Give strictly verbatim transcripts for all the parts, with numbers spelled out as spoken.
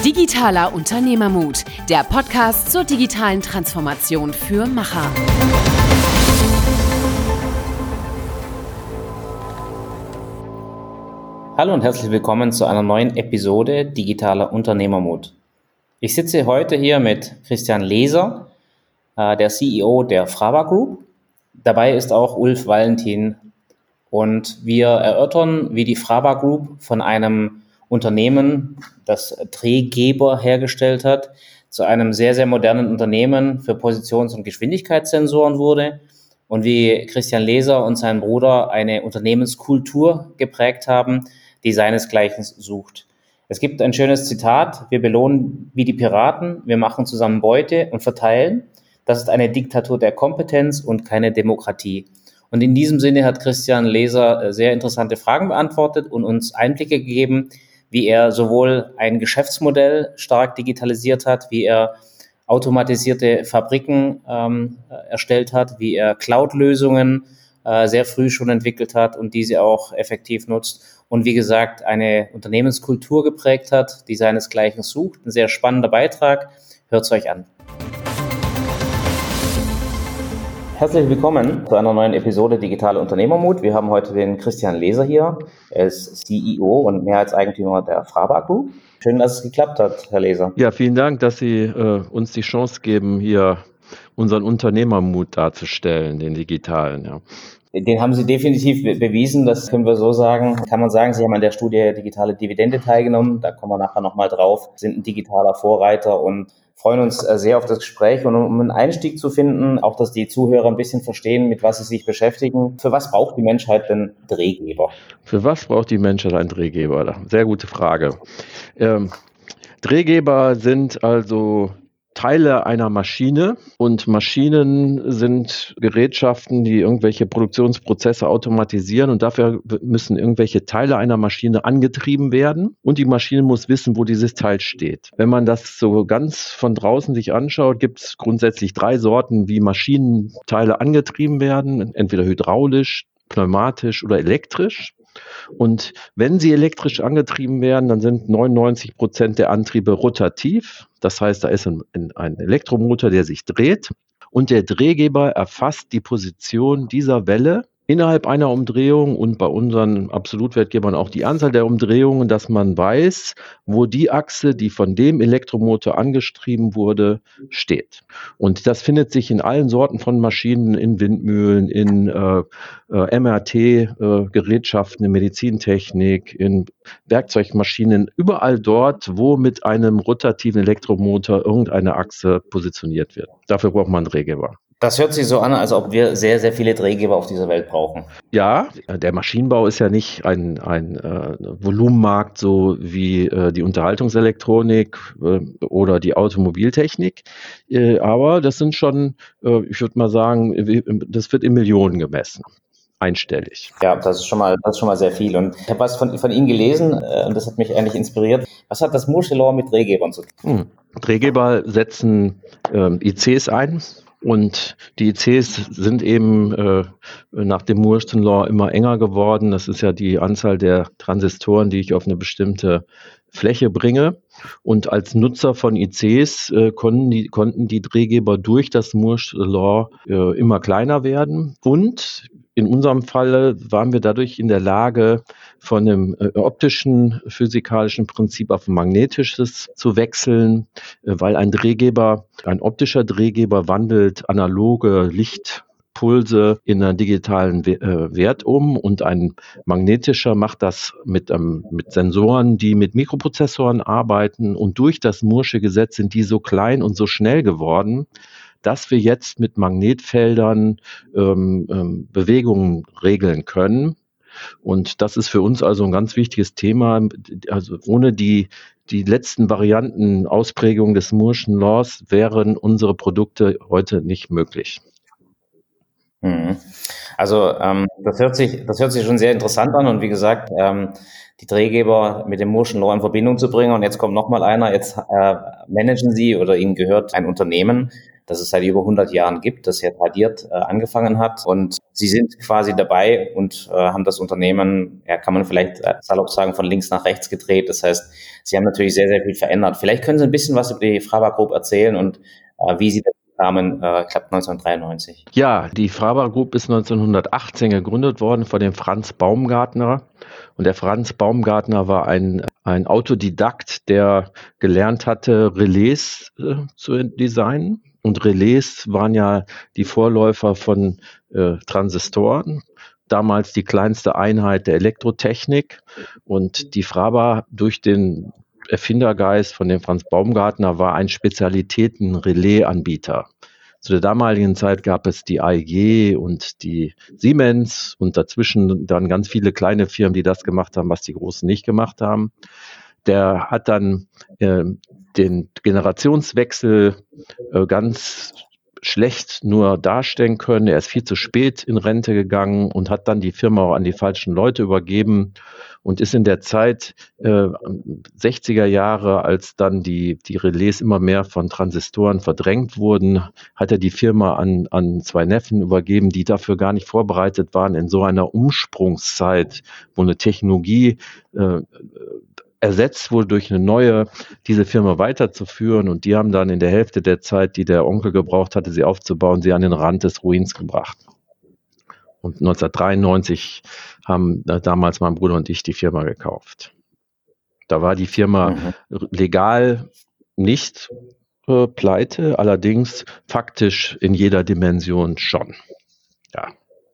Digitaler Unternehmermut, der Podcast zur digitalen Transformation für Macher. Hallo und herzlich willkommen zu einer neuen Episode Digitaler Unternehmermut. Ich sitze heute hier mit Christian Leser, der C E O der Fraba Group. Dabei ist auch Ulf Valentin und wir erörtern, wie die Fraba Group von einem Unternehmen, das Drehgeber hergestellt hat, zu einem sehr, sehr modernen Unternehmen für Positions- und Geschwindigkeitssensoren wurde und wie Christian Leser und sein Bruder eine Unternehmenskultur geprägt haben, die seinesgleichen sucht. Es gibt ein schönes Zitat: Wir belohnen wie die Piraten, wir machen zusammen Beute und verteilen. Das ist eine Diktatur der Kompetenz und keine Demokratie. Und in diesem Sinne hat Christian Leser sehr interessante Fragen beantwortet und uns Einblicke gegeben, wie er sowohl ein Geschäftsmodell stark digitalisiert hat, wie er automatisierte Fabriken ähm, erstellt hat, wie er Cloud-Lösungen äh, sehr früh schon entwickelt hat und diese auch effektiv nutzt und wie gesagt eine Unternehmenskultur geprägt hat, die seinesgleichen sucht. Ein sehr spannender Beitrag. Hört es euch an. Herzlich willkommen zu einer neuen Episode Digitaler Unternehmermut. Wir haben heute den Christian Leser hier. Er ist C E O und Mehrheitseigentümer der Fraba Group. Schön, dass es geklappt hat, Herr Leser. Ja, vielen Dank, dass Sie äh, uns die Chance geben, hier unseren Unternehmermut darzustellen, den digitalen. Ja. Den haben Sie definitiv be- bewiesen, das können wir so sagen. Kann man sagen, Sie haben an der Studie Digitale Dividende teilgenommen, da kommen wir nachher nochmal drauf, sind ein digitaler Vorreiter und freuen uns sehr auf das Gespräch. Und um einen Einstieg zu finden, auch dass die Zuhörer ein bisschen verstehen, mit was sie sich beschäftigen, für was braucht die Menschheit denn Drehgeber? Für was braucht die Menschheit einen Drehgeber? Sehr gute Frage. Ähm, Drehgeber sind also Teile einer Maschine, und Maschinen sind Gerätschaften, die irgendwelche Produktionsprozesse automatisieren, und dafür müssen irgendwelche Teile einer Maschine angetrieben werden und die Maschine muss wissen, wo dieses Teil steht. Wenn man das so ganz von draußen sich anschaut, gibt es grundsätzlich drei Sorten, wie Maschinenteile angetrieben werden, entweder hydraulisch, pneumatisch oder elektrisch. Und wenn sie elektrisch angetrieben werden, dann sind neunundneunzig Prozent der Antriebe rotativ. Das heißt, da ist ein, ein Elektromotor, der sich dreht, und der Drehgeber erfasst die Position dieser Welle innerhalb einer Umdrehung und bei unseren Absolutwertgebern auch die Anzahl der Umdrehungen, dass man weiß, wo die Achse, die von dem Elektromotor angetrieben wurde, steht. Und das findet sich in allen Sorten von Maschinen, in Windmühlen, in äh, äh, M R T-Gerätschaften, äh, in Medizintechnik, in Werkzeugmaschinen, überall dort, wo mit einem rotativen Elektromotor irgendeine Achse positioniert wird. Dafür braucht man einen Drehgeber. Das hört sich so an, als ob wir sehr, sehr viele Drehgeber auf dieser Welt brauchen. Ja, der Maschinenbau ist ja nicht ein, ein äh, Volumenmarkt, so wie äh, die Unterhaltungselektronik äh, oder die Automobiltechnik. Äh, aber das sind schon, äh, ich würde mal sagen, das wird in Millionen gemessen. Einstellig. Ja, das ist schon mal, das ist schon mal sehr viel. Und ich habe was von, von Ihnen gelesen, äh, und das hat mich eigentlich inspiriert. Was hat das Moore's Law mit Drehgebern zu tun? Hm. Drehgeber setzen äh, I Cs ein. Und die I Cs sind eben äh, nach dem Moore's Law immer enger geworden. Das ist ja die Anzahl der Transistoren, die ich auf eine bestimmte Fläche bringe. Und als Nutzer von I Cs äh, konnten, die, konnten die Drehgeber durch das Moore's Law äh, immer kleiner werden. Und in unserem Falle waren wir dadurch in der Lage, von einem äh, optischen physikalischen Prinzip auf ein magnetisches zu wechseln, äh, weil ein Drehgeber, ein optischer Drehgeber wandelt analoge Lichtpulse in einen digitalen We- äh, Wert um, und ein magnetischer macht das mit, ähm, mit Sensoren, die mit Mikroprozessoren arbeiten, und durch das Moore'sche Gesetz sind die so klein und so schnell geworden, dass wir jetzt mit Magnetfeldern ähm, ähm, Bewegungen regeln können. Und das ist für uns also ein ganz wichtiges Thema. Also ohne die, die letzten Varianten, Ausprägungen des Moore'schen Laws wären unsere Produkte heute nicht möglich. Mhm. Also ähm, das hört sich, das hört sich schon sehr interessant an, und wie gesagt, ähm, die Drehgeber mit dem Moore'schen Law in Verbindung zu bringen. Und jetzt kommt noch mal einer, jetzt äh, managen Sie oder Ihnen gehört ein Unternehmen, das es seit über hundert Jahren gibt, das Herr Tradiert äh, angefangen hat. Und Sie sind quasi dabei und äh, haben das Unternehmen, ja, kann man vielleicht äh, salopp sagen, von links nach rechts gedreht. Das heißt, Sie haben natürlich sehr, sehr viel verändert. Vielleicht können Sie ein bisschen was über die Fraba Group erzählen und äh, wie Sie das kamen, äh, ich glaube neunzehnhundertdreiundneunzig. Ja, die Fraba Group ist neunzehnhundertachtzehn gegründet worden von dem Franz Baumgartner. Und der Franz Baumgartner war ein, ein Autodidakt, der gelernt hatte, Relais äh, zu designen. Und Relais waren ja die Vorläufer von äh, Transistoren. Damals die kleinste Einheit der Elektrotechnik. Und die Fraba durch den Erfindergeist von dem Franz Baumgartner war ein Spezialitäten-Relais-Anbieter. Zu der damaligen Zeit gab es die A E G und die Siemens und dazwischen dann ganz viele kleine Firmen, die das gemacht haben, was die Großen nicht gemacht haben. Der hat dann äh, den Generationswechsel äh, ganz schlecht nur darstellen können. Er ist viel zu spät in Rente gegangen und hat dann die Firma auch an die falschen Leute übergeben und ist in der Zeit äh, sechziger Jahre, als dann die, die Relais immer mehr von Transistoren verdrängt wurden, hat er die Firma an, an zwei Neffen übergeben, die dafür gar nicht vorbereitet waren, in so einer Umsprungszeit, wo eine Technologie äh, ersetzt wurde durch eine neue, diese Firma weiterzuführen, und die haben dann in der Hälfte der Zeit, die der Onkel gebraucht hatte, sie aufzubauen, sie an den Rand des Ruins gebracht. Und neunzehnhundertdreiundneunzig haben äh, damals mein Bruder und ich die Firma gekauft. Da war die Firma mhm. legal nicht äh, pleite, allerdings faktisch in jeder Dimension schon. Ja.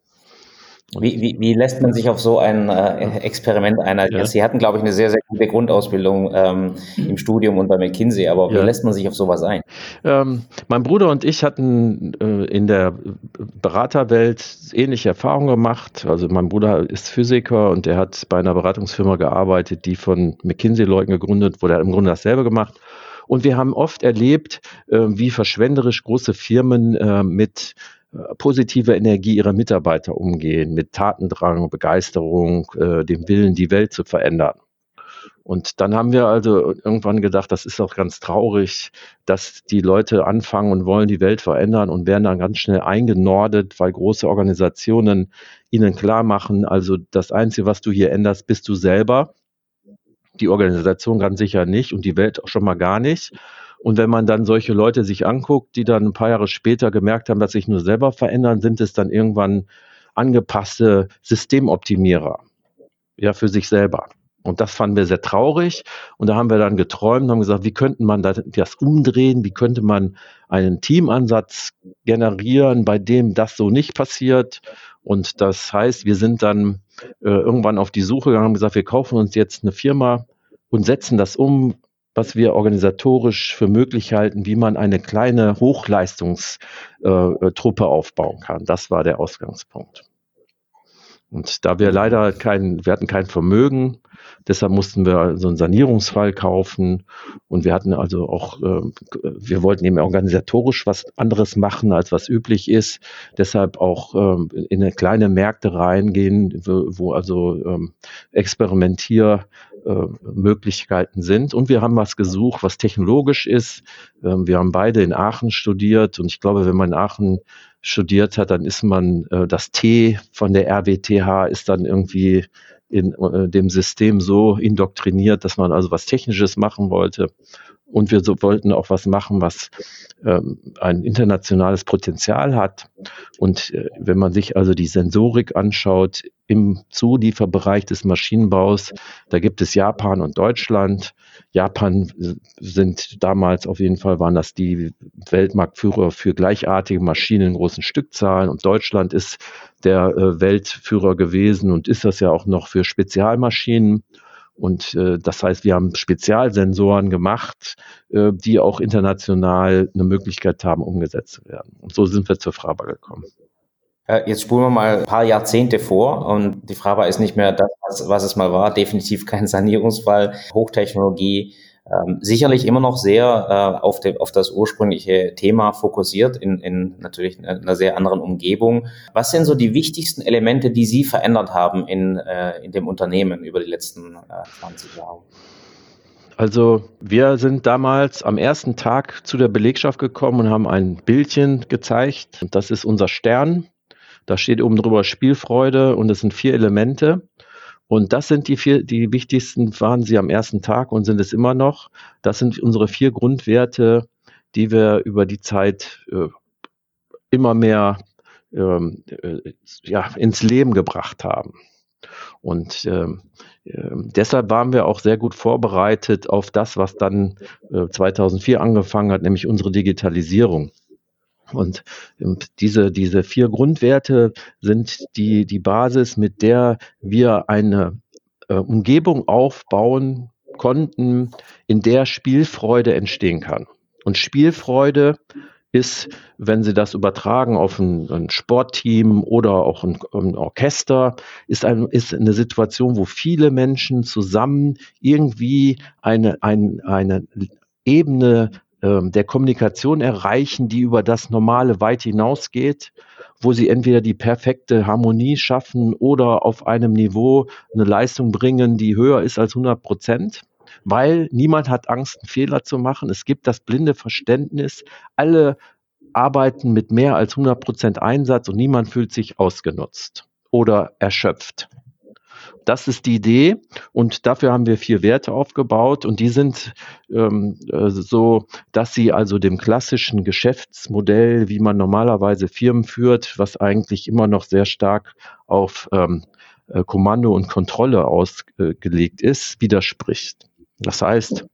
Wie, wie, wie lässt man sich auf so ein äh, Experiment ein? Ja. Sie hatten, glaube ich, eine sehr, sehr gute Grundausbildung ähm, im Studium und bei McKinsey, aber wie ja. lässt man sich auf sowas ein? Ähm, mein Bruder und ich hatten äh, in der Beraterwelt ähnliche Erfahrungen gemacht. Also mein Bruder ist Physiker und er hat bei einer Beratungsfirma gearbeitet, die von McKinsey-Leuten gegründet wurde. Er hat im Grunde dasselbe gemacht. Und wir haben oft erlebt, äh, wie verschwenderisch große Firmen äh, mit positive Energie ihrer Mitarbeiter umgehen, mit Tatendrang, Begeisterung, äh, dem Willen, die Welt zu verändern. Und dann haben wir also irgendwann gedacht, das ist doch ganz traurig, dass die Leute anfangen und wollen die Welt verändern und werden dann ganz schnell eingenordet, weil große Organisationen ihnen klar machen, also das Einzige, was du hier änderst, bist du selber. Die Organisation ganz sicher nicht und die Welt auch schon mal gar nicht. Und wenn man dann solche Leute sich anguckt, die dann ein paar Jahre später gemerkt haben, dass sich nur selber verändern, sind es dann irgendwann angepasste Systemoptimierer, ja, für sich selber. Und das fanden wir sehr traurig. Und da haben wir dann geträumt und haben gesagt, wie könnte man das umdrehen? Wie könnte man einen Teamansatz generieren, bei dem das so nicht passiert? Und das heißt, wir sind dann äh, irgendwann auf die Suche gegangen und haben gesagt, wir kaufen uns jetzt eine Firma und setzen das um, was wir organisatorisch für möglich halten, wie man eine kleine Hochleistungstruppe aufbauen kann. Das war der Ausgangspunkt. Und da wir leider kein, wir hatten kein Vermögen, deshalb mussten wir so einen Sanierungsfall kaufen und wir hatten also auch, äh, wir wollten eben organisatorisch was anderes machen, als was üblich ist, deshalb auch äh, in eine kleine Märkte reingehen, wo, wo also ähm, Experimentier Möglichkeiten sind. Und wir haben was gesucht, was technologisch ist. Wir haben beide in Aachen studiert und ich glaube, wenn man in Aachen studiert hat, dann ist man, das T von der R W T H ist dann irgendwie in dem System so indoktriniert, dass man also was Technisches machen wollte. Und wir so wollten auch was machen, was ähm, ein internationales Potenzial hat. Und äh, wenn man sich also die Sensorik anschaut im Zulieferbereich des Maschinenbaus, da gibt es Japan und Deutschland. Japan sind damals auf jeden Fall, waren das die Weltmarktführer für gleichartige Maschinen in großen Stückzahlen. Und Deutschland ist der äh, Weltführer gewesen und ist das ja auch noch für Spezialmaschinen. Und äh, das heißt, wir haben Spezialsensoren gemacht, äh, die auch international eine Möglichkeit haben, umgesetzt zu werden. Und so sind wir zur Fraba gekommen. Jetzt spulen wir mal ein paar Jahrzehnte vor und die Fraba ist nicht mehr das, was, was es mal war. Definitiv kein Sanierungsfall, Hochtechnologie. Ähm, sicherlich immer noch sehr äh, auf, de, auf das ursprüngliche Thema fokussiert, in, in natürlich einer sehr anderen Umgebung. Was sind so die wichtigsten Elemente, die Sie verändert haben in, äh, in dem Unternehmen über die letzten äh, zwanzig Jahre? Also wir sind damals am ersten Tag zu der Belegschaft gekommen und haben ein Bildchen gezeigt. Und das ist unser Stern. Da steht oben drüber Spielfreude und es sind vier Elemente. Und das sind die vier, die wichtigsten waren sie am ersten Tag und sind es immer noch. Das sind unsere vier Grundwerte, die wir über die Zeit äh, immer mehr ähm, äh, ja, ins Leben gebracht haben. Und ähm, äh, deshalb waren wir auch sehr gut vorbereitet auf das, was dann äh, zweitausendvier angefangen hat, nämlich unsere Digitalisierung. Und ähm, diese, diese vier Grundwerte sind die, die Basis, mit der wir eine äh, Umgebung aufbauen konnten, in der Spielfreude entstehen kann. Und Spielfreude ist, wenn Sie das übertragen auf ein, ein Sportteam oder auch ein, ein Orchester, ist, ein, ist eine Situation, wo viele Menschen zusammen irgendwie eine, ein, eine Ebene äh, der Kommunikation erreichen, die über das Normale weit hinausgeht, wo sie entweder die perfekte Harmonie schaffen oder auf einem Niveau eine Leistung bringen, die höher ist als hundert Prozent. Weil niemand hat Angst, einen Fehler zu machen. Es gibt das blinde Verständnis. Alle arbeiten mit mehr als hundert Prozent Einsatz und niemand fühlt sich ausgenutzt oder erschöpft. Das ist die Idee und dafür haben wir vier Werte aufgebaut und die sind ähm, so, dass sie also dem klassischen Geschäftsmodell, wie man normalerweise Firmen führt, was eigentlich immer noch sehr stark auf ähm, Kommando und Kontrolle ausgelegt ist, widerspricht. Das heißt,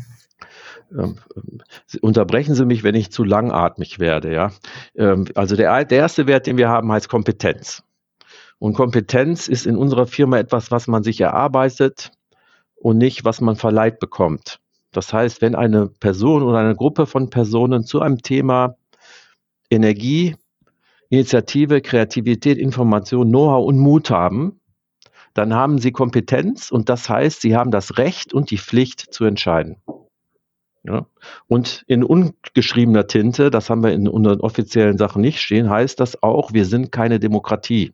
ähm, unterbrechen Sie mich, wenn ich zu langatmig werde. Ja? Ähm, also der, der erste Wert, den wir haben, heißt Kompetenz. Und Kompetenz ist in unserer Firma etwas, was man sich erarbeitet und nicht, was man verleiht bekommt. Das heißt, wenn eine Person oder eine Gruppe von Personen zu einem Thema Energie, Initiative, Kreativität, Information, Know-how und Mut haben, dann haben sie Kompetenz und das heißt, sie haben das Recht und die Pflicht zu entscheiden. Ja. Und in ungeschriebener Tinte, das haben wir in unseren offiziellen Sachen nicht stehen, heißt das auch, wir sind keine Demokratie.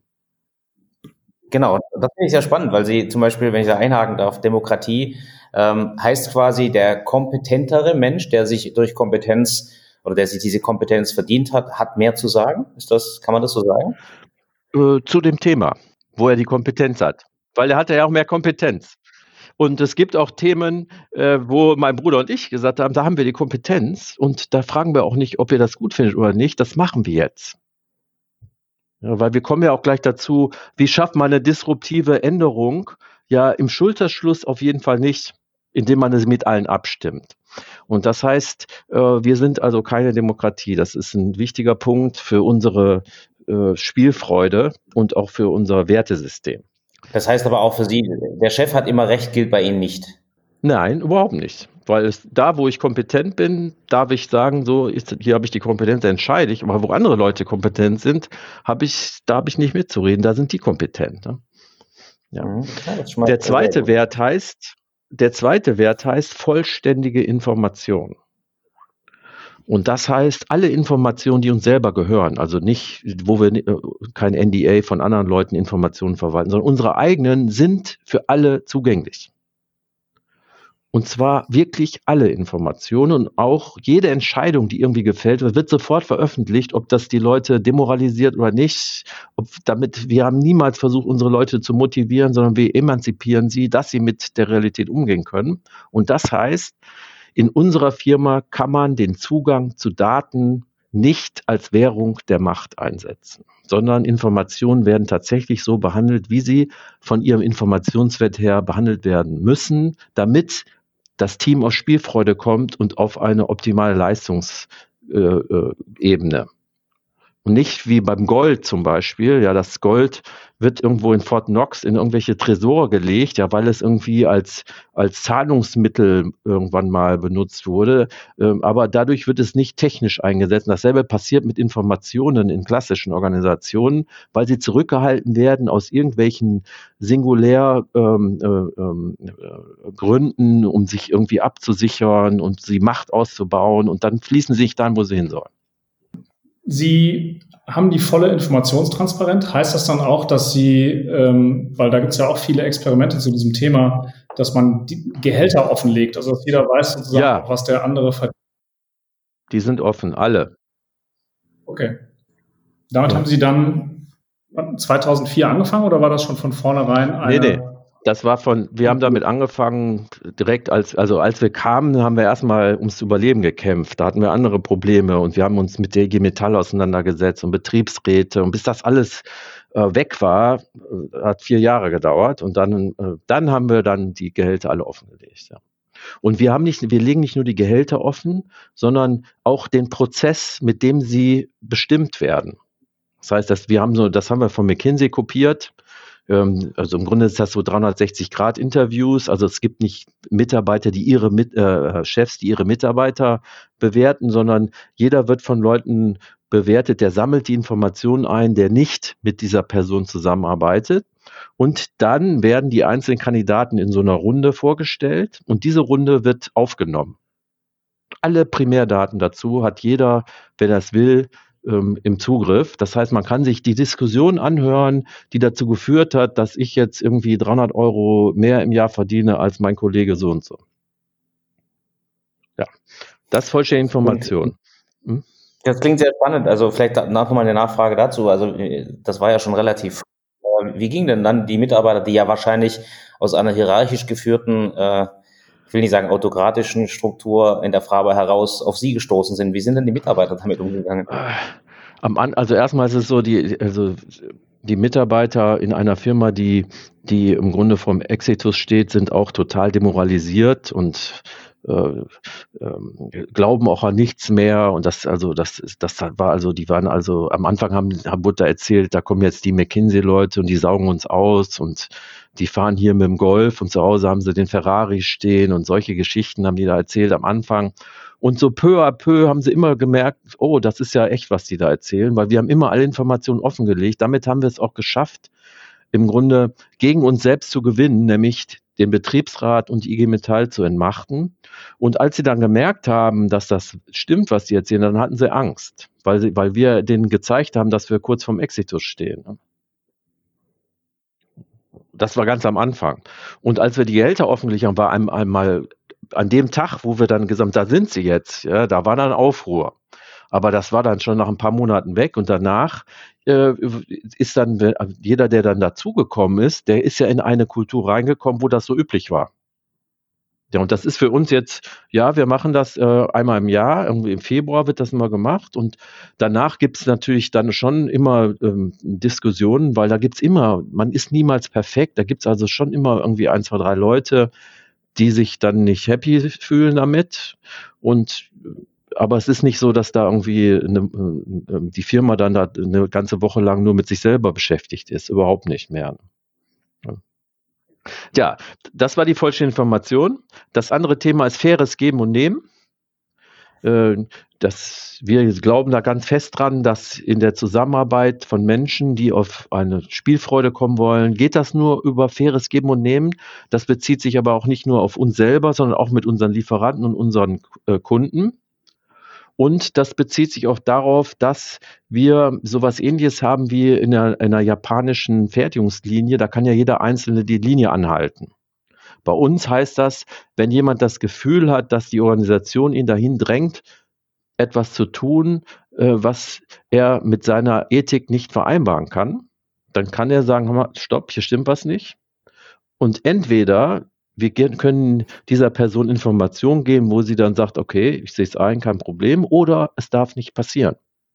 Genau, das finde ich sehr spannend, weil Sie zum Beispiel, wenn ich da einhaken darf, Demokratie ähm, heißt quasi der kompetentere Mensch, der sich durch Kompetenz oder der sich diese Kompetenz verdient hat, hat mehr zu sagen. Ist das, kann man das so sagen? Äh, zu dem Thema, wo er die Kompetenz hat. Weil er hat ja auch mehr Kompetenz. Und es gibt auch Themen, äh, wo mein Bruder und ich gesagt haben, da haben wir die Kompetenz und da fragen wir auch nicht, ob ihr das gut findet oder nicht, das machen wir jetzt. Ja, weil wir kommen ja auch gleich dazu, wie schafft man eine disruptive Änderung? Ja, im Schulterschluss auf jeden Fall nicht, indem man es mit allen abstimmt. Und das heißt, äh, wir sind also keine Demokratie. Das ist ein wichtiger Punkt für unsere äh, Spielfreude und auch für unser Wertesystem. Das heißt aber auch für Sie, der Chef hat immer recht, gilt bei Ihnen nicht. Nein, überhaupt nicht. Weil es, da, wo ich kompetent bin, darf ich sagen, so ist, hier habe ich die Kompetenz, entscheide ich. Aber wo andere Leute kompetent sind, habe ich, da habe ich nicht mitzureden. Da sind die kompetent. Ne? Ja. Mhm. Ja, der zweite Wert heißt, der zweite Wert heißt vollständige Information. Und das heißt, alle Informationen, die uns selber gehören, also nicht, wo wir kein N D A von anderen Leuten Informationen verwalten, sondern unsere eigenen sind für alle zugänglich. Und zwar wirklich alle Informationen und auch jede Entscheidung, die irgendwie gefällt wird, wird sofort veröffentlicht, ob das die Leute demoralisiert oder nicht. Ob damit, wir haben niemals versucht, unsere Leute zu motivieren, sondern wir emanzipieren sie, dass sie mit der Realität umgehen können. Und das heißt, in unserer Firma kann man den Zugang zu Daten nicht als Währung der Macht einsetzen, sondern Informationen werden tatsächlich so behandelt, wie sie von ihrem Informationswert her behandelt werden müssen, damit das Team aus Spielfreude kommt und auf eine optimale Leistungsebene. Äh, und nicht wie beim Gold zum Beispiel. Ja, das Gold wird irgendwo in Fort Knox in irgendwelche Tresore gelegt, ja, weil es irgendwie als, als Zahlungsmittel irgendwann mal benutzt wurde. Ähm, aber dadurch wird es nicht technisch eingesetzt. Dasselbe passiert mit Informationen in klassischen Organisationen, weil sie zurückgehalten werden aus irgendwelchen singulär ähm, äh, Gründen, um sich irgendwie abzusichern und die Macht auszubauen und dann fließen sie nicht dahin, wo sie hin sollen. Sie haben die volle Informationstransparenz. Heißt das dann auch, dass Sie, ähm, weil da gibt es ja auch viele Experimente zu diesem Thema, dass man die Gehälter offenlegt, also dass jeder weiß sozusagen, Ja. auch, was der andere verdient? Die sind offen, alle. Okay. Damit Ja. haben Sie dann zweitausendvier angefangen oder war das schon von vornherein eine... Nee, nee. Das war von, wir haben damit angefangen, direkt als, also als wir kamen, haben wir erstmal ums Überleben gekämpft. Da hatten wir andere Probleme und wir haben uns mit der I G Metall auseinandergesetzt und Betriebsräte. Und bis das alles äh, weg war, äh, hat vier Jahre gedauert. Und dann, äh, dann haben wir dann die Gehälter alle offengelegt. Ja. Und wir haben nicht, wir legen nicht nur die Gehälter offen, sondern auch den Prozess, mit dem sie bestimmt werden. Das heißt, dass wir haben so, das haben wir von McKinsey kopiert. Also im Grunde ist das so dreihundertsechzig Grad Interviews. Also es gibt nicht Mitarbeiter, die ihre Mit, äh, Chefs, die ihre Mitarbeiter bewerten, sondern jeder wird von Leuten bewertet, der sammelt die Informationen ein, der nicht mit dieser Person zusammenarbeitet. Und dann werden die einzelnen Kandidaten in so einer Runde vorgestellt und diese Runde wird aufgenommen. Alle Primärdaten dazu hat jeder, wenn er es will, im Zugriff. Das heißt, man kann sich die Diskussion anhören, die dazu geführt hat, dass ich jetzt irgendwie dreihundert Euro mehr im Jahr verdiene als mein Kollege so und so. Ja, das ist vollständige Information. Hm? Das klingt sehr spannend. Also vielleicht noch mal eine Nachfrage dazu. Also das war ja schon relativ. Wie ging denn dann die Mitarbeiter, die ja wahrscheinlich aus einer hierarchisch geführten, äh, ich will nicht sagen autokratischen Struktur in der Frage heraus auf Sie gestoßen sind? Wie sind denn die Mitarbeiter damit umgegangen? Am An- Also erstmal ist es so, die, also die Mitarbeiter in einer Firma, die, die im Grunde vom Exitus steht, sind auch total demoralisiert und äh, äh, glauben auch an nichts mehr. Und das, also das, das war also, die waren also am Anfang haben, haben Butter erzählt, da kommen jetzt die McKinsey-Leute und die saugen uns aus und die fahren hier mit dem Golf und zu Hause haben sie den Ferrari stehen und solche Geschichten haben die da erzählt am Anfang. Und so peu à peu haben sie immer gemerkt, oh, das ist ja echt, was die da erzählen, weil wir haben immer alle Informationen offengelegt. Damit haben wir es auch geschafft, im Grunde gegen uns selbst zu gewinnen, nämlich den Betriebsrat und die I G Metall zu entmachten. Und als sie dann gemerkt haben, dass das stimmt, was sie erzählen, dann hatten sie Angst, weil, sie, weil wir denen gezeigt haben, dass wir kurz vorm Exitus stehen. Das war ganz am Anfang. Und als wir die Gehälter offengelegt haben, war ein, einmal an dem Tag, wo wir dann gesagt haben, da sind sie jetzt, ja, da war dann Aufruhr. Aber das war dann schon nach ein paar Monaten weg und danach äh, ist dann jeder, der dann dazugekommen ist, der ist ja in eine Kultur reingekommen, wo das so üblich war. Ja, und das ist für uns jetzt, ja, wir machen das äh, einmal im Jahr, irgendwie im Februar wird das immer gemacht und danach gibt es natürlich dann schon immer ähm, Diskussionen, weil da gibt es immer, man ist niemals perfekt, da gibt es also schon immer irgendwie ein, zwei, drei Leute, die sich dann nicht happy fühlen damit und aber es ist nicht so, dass da irgendwie eine, die Firma dann da eine ganze Woche lang nur mit sich selber beschäftigt ist, überhaupt nicht mehr. Ja, das war die vollständige Information. Das andere Thema ist faires Geben und Nehmen. Das, wir glauben da ganz fest dran, dass in der Zusammenarbeit von Menschen, die auf eine Spielfreude kommen wollen, geht das nur über faires Geben und Nehmen. Das bezieht sich aber auch nicht nur auf uns selber, sondern auch mit unseren Lieferanten und unseren äh, Kunden. Und das bezieht sich auch darauf, dass wir sowas Ähnliches haben wie in einer, einer japanischen Fertigungslinie. Da kann ja jeder Einzelne die Linie anhalten. Bei uns heißt das, wenn jemand das Gefühl hat, dass die Organisation ihn dahin drängt, etwas zu tun, äh, was er mit seiner Ethik nicht vereinbaren kann, dann kann er sagen, mal, stopp, hier stimmt was nicht. Und entweder wir können dieser Person Informationen geben, wo sie dann sagt, okay, ich sehe es ein, kein Problem, oder es darf nicht passieren.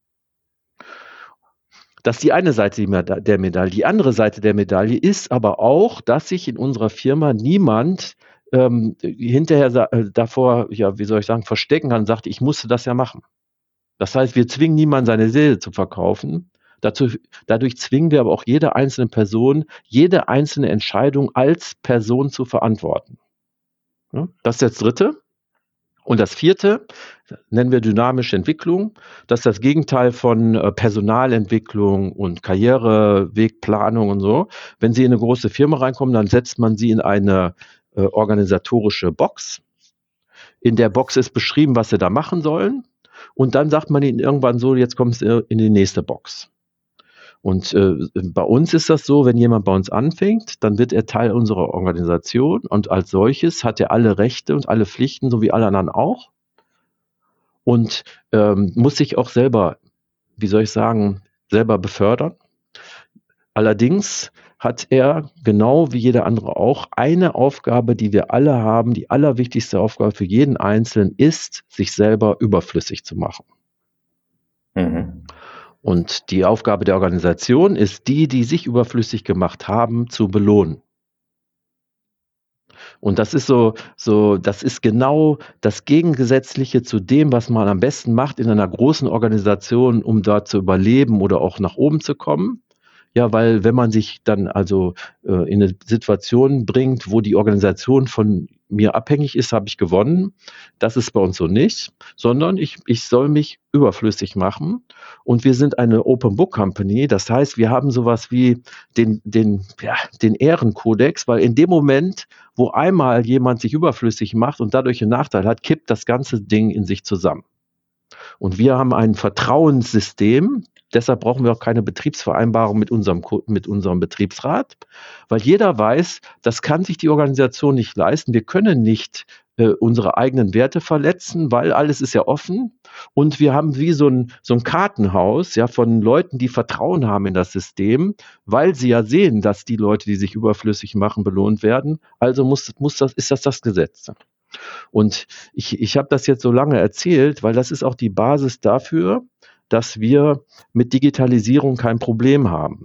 Das ist die eine Seite der Medaille. Die andere Seite der Medaille ist aber auch, dass sich in unserer Firma niemand ähm, hinterher äh, davor, ja, wie soll ich sagen, verstecken kann und sagt, ich musste das ja machen. Das heißt, wir zwingen niemanden, seine Seele zu verkaufen. Dazu, dadurch zwingen wir aber auch jede einzelne Person, jede einzelne Entscheidung als Person zu verantworten. Ja, das ist das Dritte. Und das Vierte nennen wir dynamische Entwicklung. Das ist das Gegenteil von äh, Personalentwicklung und Karrierewegplanung und so. Wenn Sie in eine große Firma reinkommen, dann setzt man Sie in eine äh, organisatorische Box. In der Box ist beschrieben, was Sie da machen sollen. und dann sagt man ihnen irgendwann so, jetzt kommst du in die nächste Box. Und äh, bei uns ist das so, wenn jemand bei uns anfängt, dann wird er Teil unserer Organisation und als solches hat er alle Rechte und alle Pflichten, so wie alle anderen auch. Und ähm, muss sich auch selber, wie soll ich sagen, selber befördern. Allerdings hat er, genau wie jeder andere auch, eine Aufgabe, die wir alle haben. Die allerwichtigste Aufgabe für jeden Einzelnen ist, sich selber überflüssig zu machen. Mhm. Und die Aufgabe der Organisation ist die, die sich überflüssig gemacht haben, zu belohnen. Und das ist so, so, das ist genau das Gegengesetzliche zu dem, was man am besten macht in einer großen Organisation, um dort zu überleben oder auch nach oben zu kommen. Ja, weil wenn man sich dann also äh, in eine Situation bringt, wo die Organisation von mir abhängig ist, habe ich gewonnen. Das ist bei uns so nicht, sondern ich, ich soll mich überflüssig machen. Und wir sind eine Open Book Company. Das heißt, wir haben sowas wie den, den, ja, den Ehrenkodex, weil in dem Moment, wo einmal jemand sich überflüssig macht und dadurch einen Nachteil hat, kippt das ganze Ding in sich zusammen. Und wir haben ein Vertrauenssystem. Deshalb brauchen wir auch keine Betriebsvereinbarung mit unserem, mit unserem Betriebsrat, weil jeder weiß, das kann sich die Organisation nicht leisten. Wir können nicht äh, unsere eigenen Werte verletzen, weil alles ist ja offen. Und wir haben wie so ein, so ein Kartenhaus, ja, von Leuten, die Vertrauen haben in das System, weil sie ja sehen, dass die Leute, die sich überflüssig machen, belohnt werden. Also muss, muss das, ist das das Gesetz. Und ich, ich habe das jetzt so lange erzählt, weil das ist auch die Basis dafür, dass wir mit Digitalisierung kein Problem haben.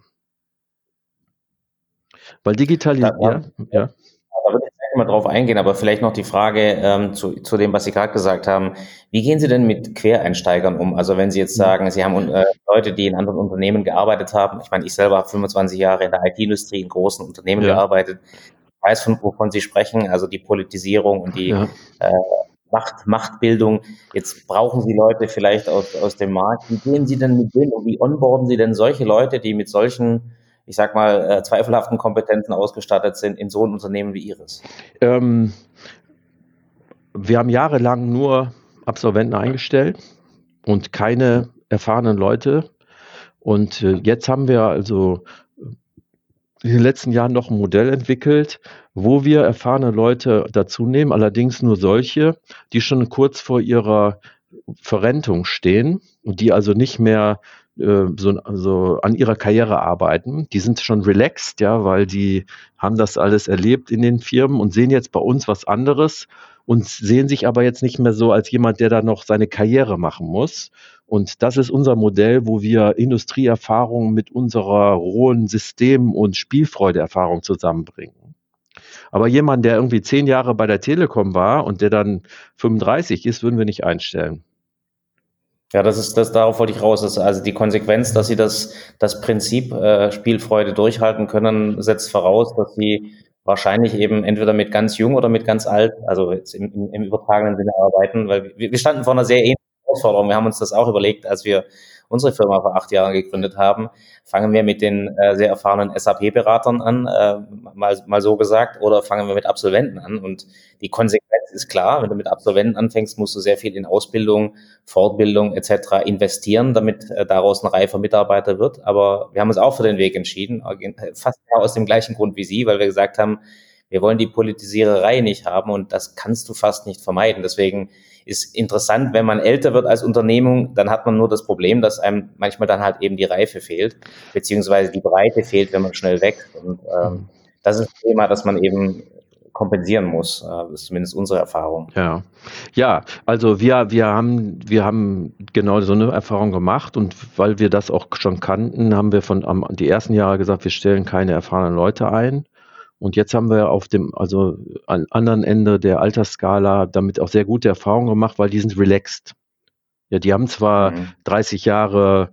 Weil Digitalisierung, da, ja, ja. Da würde ich gleich mal drauf eingehen, aber vielleicht noch die Frage ähm, zu, zu dem, was Sie gerade gesagt haben. Wie gehen Sie denn mit Quereinsteigern um? Also wenn Sie jetzt sagen, Sie haben äh, Leute, die in anderen Unternehmen gearbeitet haben. Ich meine, ich selber habe fünfundzwanzig Jahre in der I T-Industrie in großen Unternehmen ja. gearbeitet. Ich weiß, von wovon Sie sprechen, also die Politisierung und die ja. äh, Macht, Machtbildung. Jetzt brauchen Sie Leute vielleicht aus, aus dem Markt. Wie gehen Sie denn mit denen und wie onboarden Sie denn solche Leute, die mit solchen, ich sag mal, äh, zweifelhaften Kompetenzen ausgestattet sind in so einem Unternehmen wie Ihres? Ähm, wir haben jahrelang nur Absolventen eingestellt und keine erfahrenen Leute. Und äh, jetzt haben wir also in den letzten Jahren noch ein Modell entwickelt, wo wir erfahrene Leute dazu nehmen, allerdings nur solche, die schon kurz vor ihrer Verrentung stehen und die also nicht mehr äh, so, so an ihrer Karriere arbeiten. Die sind schon relaxed, ja, weil die haben das alles erlebt in den Firmen und sehen jetzt bei uns was anderes und sehen sich aber jetzt nicht mehr so als jemand, der da noch seine Karriere machen muss. Und das ist unser Modell, wo wir Industrieerfahrung mit unserer rohen System- und Spielfreudeerfahrung zusammenbringen. Aber jemand, der irgendwie zehn Jahre bei der Telekom war und der dann fünfunddreißig ist, würden wir nicht einstellen. Ja, das ist das, darauf wollte ich raus. Das, also die Konsequenz, dass Sie das, das Prinzip äh, Spielfreude durchhalten können, setzt voraus, dass Sie wahrscheinlich eben entweder mit ganz jung oder mit ganz alt, also jetzt im, im, im übertragenen Sinne arbeiten, weil wir, wir standen vor einer sehr ähnlichen Herausforderung. Wir haben uns das auch überlegt, als wir unsere Firma vor acht Jahren gegründet haben. Fangen wir mit den äh, sehr erfahrenen S A P-Beratern an, äh, mal, mal so gesagt, oder fangen wir mit Absolventen an? Und die Konsequenz ist klar, wenn du mit Absolventen anfängst, musst du sehr viel in Ausbildung, Fortbildung et cetera investieren, damit äh, daraus ein reifer Mitarbeiter wird. Aber wir haben uns auch für den Weg entschieden, fast aus dem gleichen Grund wie Sie, weil wir gesagt haben, wir wollen die Politisiererei nicht haben und das kannst du fast nicht vermeiden. Deswegen ist interessant, wenn man älter wird als Unternehmung, dann hat man nur das Problem, dass einem manchmal dann halt eben die Reife fehlt, beziehungsweise die Breite fehlt, wenn man schnell wächst. Und ähm, das ist ein Thema, das man eben kompensieren muss. Das ist zumindest unsere Erfahrung. Ja, ja, also wir, wir haben, wir haben genau so eine Erfahrung gemacht und weil wir das auch schon kannten, haben wir von um, die ersten Jahre gesagt, wir stellen keine erfahrenen Leute ein. Und jetzt haben wir auf dem, also am anderen Ende der Altersskala damit auch sehr gute Erfahrungen gemacht, weil die sind relaxed. Ja, die haben zwar mhm. dreißig Jahre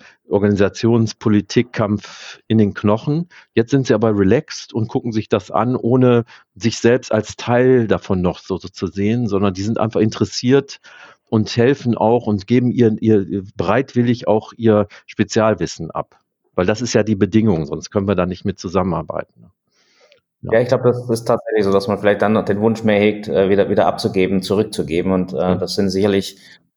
Organisationspolitikkampf in den Knochen, jetzt sind sie aber relaxed und gucken sich das an, ohne sich selbst als Teil davon noch so, so zu sehen, sondern die sind einfach interessiert und helfen auch und geben ihr, ihr bereitwillig auch ihr Spezialwissen ab. Weil das ist ja die Bedingung, sonst können wir da nicht mit zusammenarbeiten. Ja, ja, ich glaube, das ist tatsächlich so, dass man vielleicht dann den Wunsch mehr hegt, wieder, wieder abzugeben, zurückzugeben. Und äh, das sind sicherlich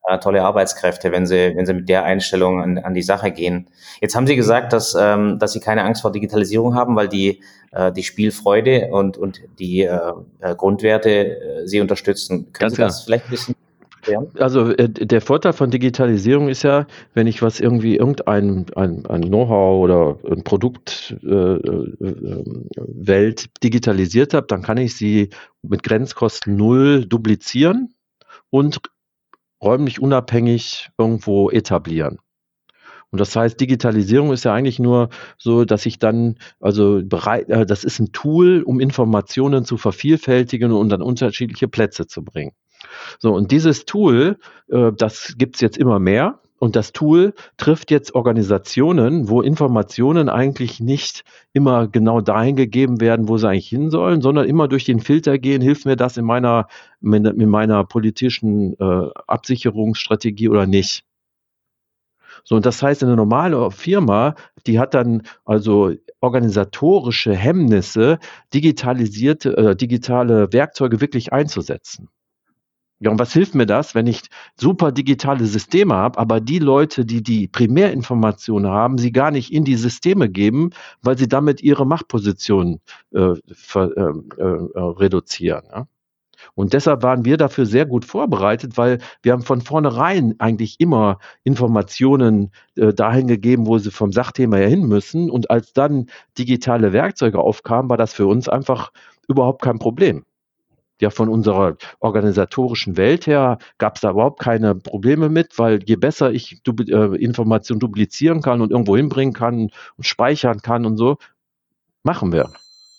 äh, tolle Arbeitskräfte, wenn sie, wenn sie mit der Einstellung an, an die Sache gehen. Jetzt haben Sie gesagt, dass, ähm, dass Sie keine Angst vor Digitalisierung haben, weil die, äh, die Spielfreude und, und die äh, Grundwerte äh, Sie unterstützen. Können Ganz Sie das vielleicht ein bisschen erklären? Also äh, der Vorteil von Digitalisierung ist ja, wenn ich was irgendwie irgendein ein, ein Know-how oder ein Produkt äh, äh, Welt digitalisiert habe, dann kann ich sie mit Grenzkosten null duplizieren und räumlich unabhängig irgendwo etablieren. Und das heißt, Digitalisierung ist ja eigentlich nur so, dass ich dann, also bereit, äh, das ist ein Tool, um Informationen zu vervielfältigen und an unterschiedliche Plätze zu bringen. So, und dieses Tool, äh, das gibt's jetzt immer mehr. Und das Tool trifft jetzt Organisationen, wo Informationen eigentlich nicht immer genau dahin gegeben werden, wo sie eigentlich hin sollen, sondern immer durch den Filter gehen, hilft mir das in meiner, in meiner politischen äh, Absicherungsstrategie oder nicht. So, und das heißt, eine normale Firma, die hat dann also organisatorische Hemmnisse, digitalisierte, äh, digitale Werkzeuge wirklich einzusetzen. Ja, und was hilft mir das, wenn ich super digitale Systeme habe, aber die Leute, die die Primärinformationen haben, sie gar nicht in die Systeme geben, weil sie damit ihre Machtposition äh, ver, äh, äh, reduzieren. Ja? Und deshalb waren wir dafür sehr gut vorbereitet, weil wir haben von vornherein eigentlich immer Informationen äh, dahin gegeben, wo sie vom Sachthema her hin müssen. Und als dann digitale Werkzeuge aufkamen, war das für uns einfach überhaupt kein Problem. Ja, von unserer organisatorischen Welt her gab es da überhaupt keine Probleme mit, weil je besser ich du, äh, Informationen duplizieren kann und irgendwo hinbringen kann und speichern kann und so, machen wir.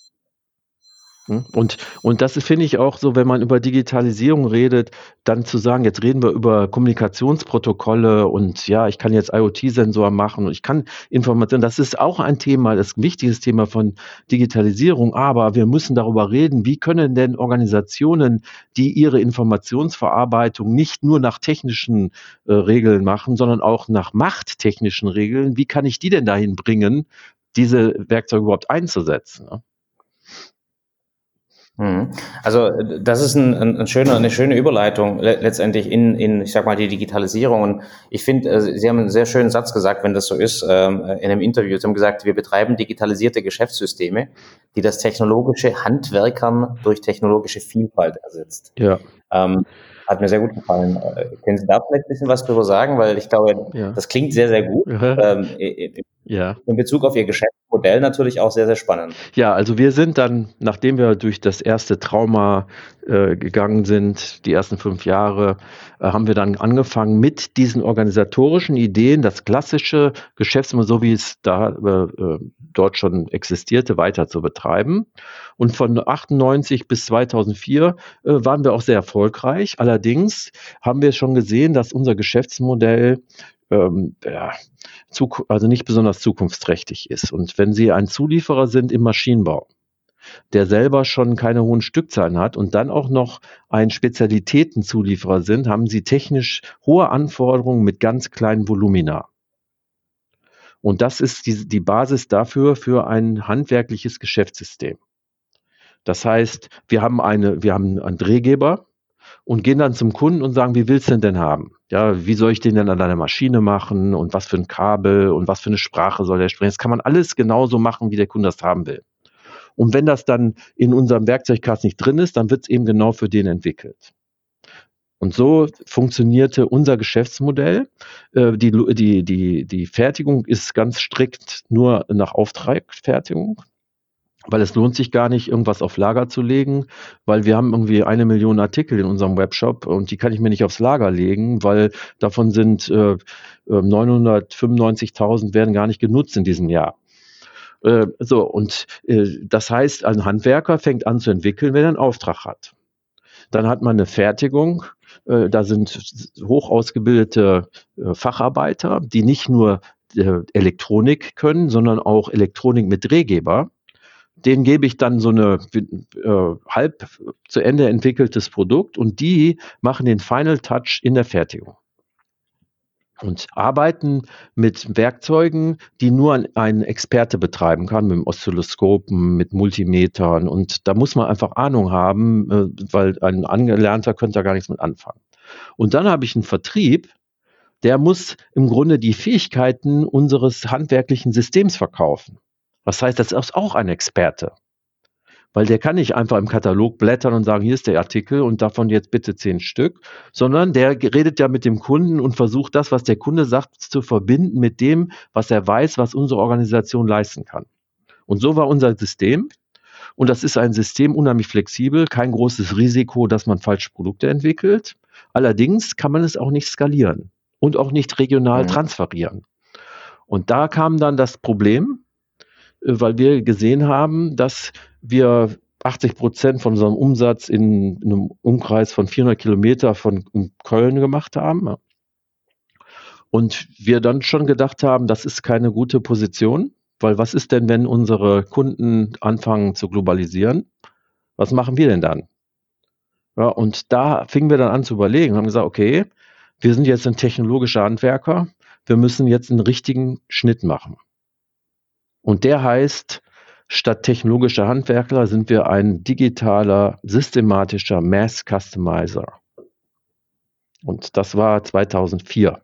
Und, und das finde ich auch so, wenn man über Digitalisierung redet, dann zu sagen, jetzt reden wir über Kommunikationsprotokolle und ja, ich kann jetzt IoT-Sensoren machen und ich kann Informationen, das ist auch ein Thema, das ist ein wichtiges Thema von Digitalisierung, aber wir müssen darüber reden, wie können denn Organisationen, die ihre Informationsverarbeitung nicht nur nach technischen äh, Regeln machen, sondern auch nach machttechnischen Regeln, wie kann ich die denn dahin bringen, diese Werkzeuge überhaupt einzusetzen? Ne? Also das ist ein, ein schöner, eine schöne Überleitung letztendlich in, in, ich sag mal, die Digitalisierung. Und ich finde, Sie haben einen sehr schönen Satz gesagt, wenn das so ist, in einem Interview. Sie haben gesagt, wir betreiben digitalisierte Geschäftssysteme, die das technologische Handwerkern durch technologische Vielfalt ersetzt. Ja. Ähm, hat mir sehr gut gefallen. Können Sie da vielleicht ein bisschen was drüber sagen? Weil ich glaube, ja. das klingt sehr, sehr gut. Ähm, ja. In Bezug auf Ihr Geschäftsmodell natürlich auch sehr, sehr spannend. Ja, also wir sind dann, nachdem wir durch das erste Trauma äh, gegangen sind, die ersten fünf Jahre, äh, haben wir dann angefangen mit diesen organisatorischen Ideen, das klassische Geschäftsmodell, so wie es da äh, dort schon existierte, weiter zu betreiben. Und von achtundneunzig bis zweitausendvier äh, waren wir auch sehr erfolgreich. Allerdings haben wir schon gesehen, dass unser Geschäftsmodell ähm, ja, also nicht besonders zukunftsträchtig ist. Und wenn Sie ein Zulieferer sind im Maschinenbau, der selber schon keine hohen Stückzahlen hat und dann auch noch ein Spezialitätenzulieferer sind, haben Sie technisch hohe Anforderungen mit ganz kleinen Volumina. Und das ist die, die Basis dafür für ein handwerkliches Geschäftssystem. Das heißt, wir haben eine, wir haben einen Drehgeber und gehen dann zum Kunden und sagen, wie willst du den denn haben? Ja, wie soll ich den denn an deiner Maschine machen und was für ein Kabel und was für eine Sprache soll der sprechen? Das kann man alles genauso machen, wie der Kunde das haben will. Und wenn das dann in unserem Werkzeugkasten nicht drin ist, dann wird es eben genau für den entwickelt. Und so funktionierte unser Geschäftsmodell. Die, die, die, die Fertigung ist ganz strikt nur nach Auftragsfertigung, weil es lohnt sich gar nicht, irgendwas auf Lager zu legen, weil wir haben irgendwie eine Million Artikel in unserem Webshop und die kann ich mir nicht aufs Lager legen, weil davon sind äh, neunhundertfünfundneunzigtausend werden gar nicht genutzt in diesem Jahr. Äh, so, und äh, das heißt, ein Handwerker fängt an zu entwickeln, wenn er einen Auftrag hat. Dann hat man eine Fertigung, äh, da sind hoch ausgebildete äh, Facharbeiter, die nicht nur äh, Elektronik können, sondern auch Elektronik mit Drehgeber. Den gebe ich dann so eine äh, halb zu Ende entwickeltes Produkt und die machen den Final Touch in der Fertigung und arbeiten mit Werkzeugen, die nur ein Experte betreiben kann, mit Oszilloskopen, mit Multimetern und da muss man einfach Ahnung haben, äh, weil ein Angelernter könnte da gar nichts mit anfangen. Und dann habe ich einen Vertrieb, der muss im Grunde die Fähigkeiten unseres handwerklichen Systems verkaufen. Was heißt, das ist auch ein Experte. Weil der kann nicht einfach im Katalog blättern und sagen, hier ist der Artikel und davon jetzt bitte zehn Stück, sondern der redet ja mit dem Kunden und versucht das, was der Kunde sagt, zu verbinden mit dem, was er weiß, was unsere Organisation leisten kann. Und so war unser System. Und das ist ein System unheimlich flexibel, kein großes Risiko, dass man falsche Produkte entwickelt. Allerdings kann man es auch nicht skalieren und auch nicht regional mhm. transferieren. Und da kam dann das Problem, weil wir gesehen haben, dass wir achtzig Prozent von unserem Umsatz in einem Umkreis von vierhundert Kilometer von Köln gemacht haben. Und wir dann schon gedacht haben, das ist keine gute Position, weil was ist denn, wenn unsere Kunden anfangen zu globalisieren? Was machen wir denn dann? Ja, und da fingen wir dann an zu überlegen, haben gesagt, okay, wir sind jetzt ein technologischer Handwerker, wir müssen jetzt einen richtigen Schnitt machen. Und der heißt, statt technologischer Handwerker sind wir ein digitaler, systematischer Mass Customizer. Und das war zweitausendvier.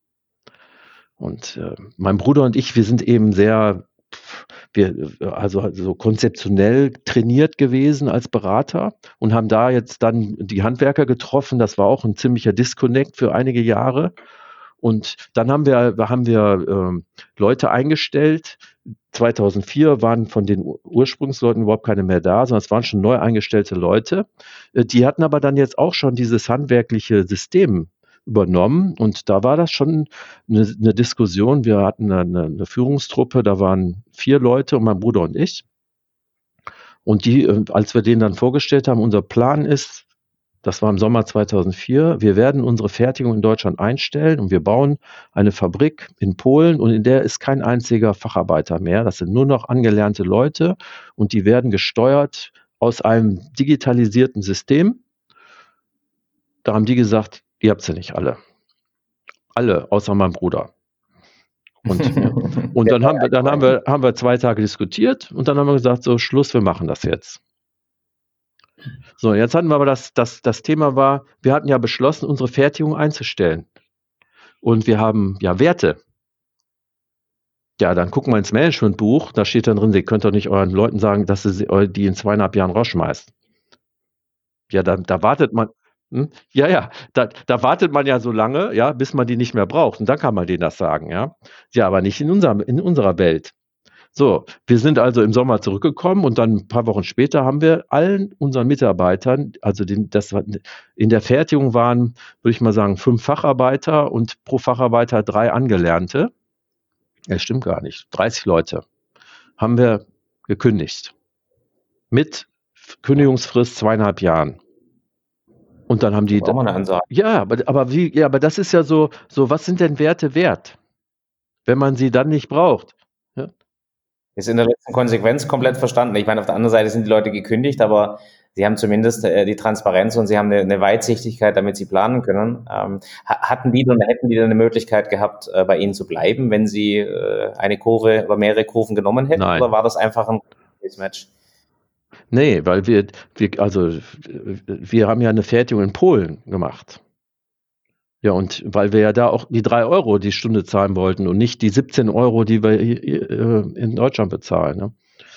Und äh, mein Bruder und ich, wir sind eben sehr, wir, also so konzeptionell trainiert gewesen als Berater und haben da jetzt dann die Handwerker getroffen. Das war auch ein ziemlicher Disconnect für einige Jahre. Und dann haben wir, haben wir äh, Leute eingestellt. zweitausendvier waren von den Ursprungsleuten überhaupt keine mehr da, sondern es waren schon neu eingestellte Leute. Äh, die hatten aber dann jetzt auch schon dieses handwerkliche System übernommen. Und da war das schon eine, eine Diskussion. Wir hatten eine, eine Führungstruppe, da waren vier Leute und mein Bruder und ich. Und die, äh, als wir denen dann vorgestellt haben, unser Plan ist, das war im Sommer zweitausendvier. Wir werden unsere Fertigung in Deutschland einstellen und wir bauen eine Fabrik in Polen und in der ist kein einziger Facharbeiter mehr. Das sind nur noch angelernte Leute und die werden gesteuert aus einem digitalisierten System. Da haben die gesagt, ihr habt sie nicht alle. Alle, außer meinem Bruder. Und, und dann, haben wir, dann haben, wir, haben wir zwei Tage diskutiert und dann haben wir gesagt, so Schluss, wir machen das jetzt. So, jetzt hatten wir aber das, das, das Thema war, wir hatten ja beschlossen, unsere Fertigung einzustellen. Und wir haben ja Werte. Ja, dann gucken wir ins Managementbuch, da steht dann drin, ihr könnt doch nicht euren Leuten sagen, dass ihr die in zweieinhalb Jahren rausschmeißt. Ja, da, da wartet man, hm? ja, ja, da, da wartet man ja so lange, ja, bis man die nicht mehr braucht. Und dann kann man denen das sagen, ja. Ja, aber nicht in unserem, in unserer Welt. So, wir sind also im Sommer zurückgekommen und dann ein paar Wochen später haben wir allen unseren Mitarbeitern, also den, das in der Fertigung waren, würde ich mal sagen, fünf Facharbeiter und pro Facharbeiter drei Angelernte. Ja, stimmt gar nicht. dreißig Leute haben wir gekündigt. Mit Kündigungsfrist zweieinhalb Jahren. Und dann haben die. Das war mal eine Ansage. Ja, aber, aber wie, ja, aber das ist ja so, so, was sind denn Werte wert, wenn man sie dann nicht braucht? Ja? Ist in der letzten Konsequenz komplett verstanden. Ich meine, auf der anderen Seite sind die Leute gekündigt, aber sie haben zumindest äh, die Transparenz und sie haben eine, eine Weitsichtigkeit, damit sie planen können. Ähm, hatten die dann, hätten die dann eine Möglichkeit gehabt, äh, bei Ihnen zu bleiben, wenn sie äh, eine Kurve oder mehrere Kurven genommen hätten? Nein. Oder war das einfach ein Match? Nee, weil wir, wir, also wir haben ja eine Fertigung in Polen gemacht. Ja, und weil wir ja da auch die drei Euro die Stunde zahlen wollten und nicht die siebzehn Euro, die wir in Deutschland bezahlen. Ne?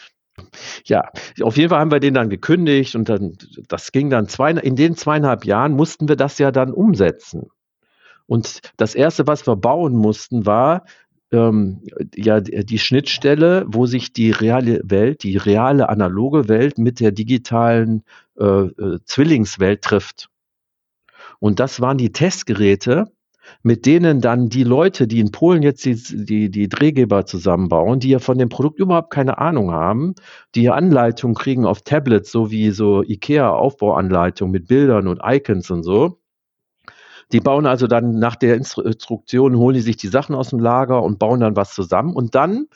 Ja, auf jeden Fall haben wir den dann gekündigt und dann, das ging dann zwei, in den zweieinhalb Jahren mussten wir das ja dann umsetzen. Und das erste, was wir bauen mussten, war ähm, ja die Schnittstelle, wo sich die reale Welt, die reale analoge Welt mit der digitalen äh, äh, Zwillingswelt trifft. Und das waren die Testgeräte, mit denen dann die Leute, die in Polen jetzt die, die, die Drehgeber zusammenbauen, die ja von dem Produkt überhaupt keine Ahnung haben, die ja Anleitungen kriegen auf Tablets, so wie so IKEA-Aufbauanleitungen mit Bildern und Icons und so. Die bauen also dann nach der Instruktion, holen die sich die Sachen aus dem Lager und bauen dann was zusammen und dann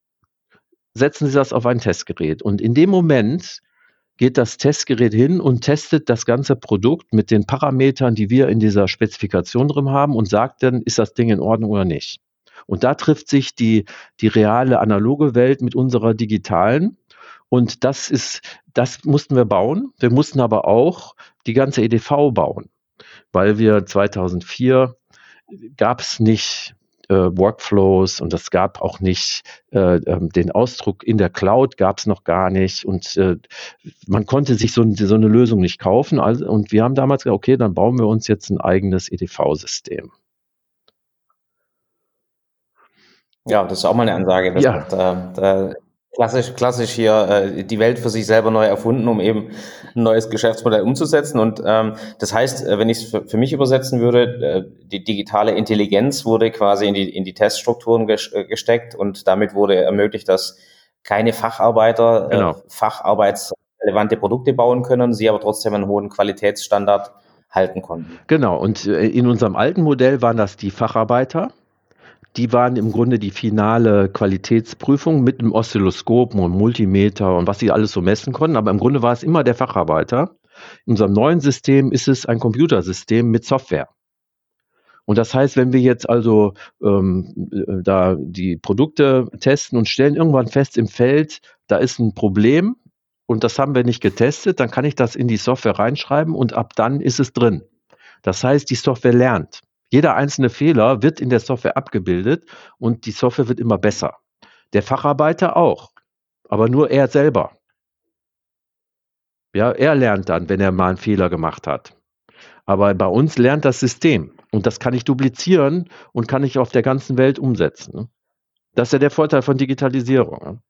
setzen sie das auf ein Testgerät. Und in dem Moment geht das Testgerät hin und testet das ganze Produkt mit den Parametern, die wir in dieser Spezifikation drin haben und sagt dann, ist das Ding in Ordnung oder nicht. Und da trifft sich die, die reale analoge Welt mit unserer digitalen. Und das ist, das mussten wir bauen. Wir mussten aber auch die ganze E D V bauen. weil wir zweitausendvier gab es nicht äh, Workflows und es gab auch nicht äh, ähm, den Ausdruck in der Cloud, gab es noch gar nicht und äh, man konnte sich so, so eine Lösung nicht kaufen. Also, und wir haben damals gesagt, okay, dann bauen wir uns jetzt ein eigenes E D V-System. Ja, das ist auch mal eine Ansage. Das Ja. hat, äh, klassisch, klassisch hier äh, die Welt für sich selber neu erfunden, um eben ein neues Geschäftsmodell umzusetzen. Und ähm, das heißt, äh, wenn ich es für, für mich übersetzen würde, äh, die digitale Intelligenz wurde quasi in die, in die Teststrukturen ges- äh, gesteckt und damit wurde ermöglicht, dass keine Facharbeiter Genau. äh, facharbeitsrelevante Produkte bauen können, sie aber trotzdem einen hohen Qualitätsstandard halten konnten. Genau, und äh, in unserem alten Modell waren das die Facharbeiter. Die waren im Grunde die finale Qualitätsprüfung mit einem Oszilloskop und Multimeter und was sie alles so messen konnten. Aber im Grunde war es immer der Facharbeiter. In unserem neuen System ist es ein Computersystem mit Software. Und das heißt, wenn wir jetzt also ähm, äh, da die Produkte testen und stellen irgendwann fest im Feld, da ist ein Problem und das haben wir nicht getestet, dann kann ich das in die Software reinschreiben und ab dann ist es drin. Das heißt, die Software lernt. Jeder einzelne Fehler wird in der Software abgebildet und die Software wird immer besser. Der Facharbeiter auch, aber nur er selber. Ja, er lernt dann, wenn er mal einen Fehler gemacht hat. Aber bei uns lernt das System und das kann ich duplizieren und kann ich auf der ganzen Welt umsetzen. Das ist ja der Vorteil von Digitalisierung.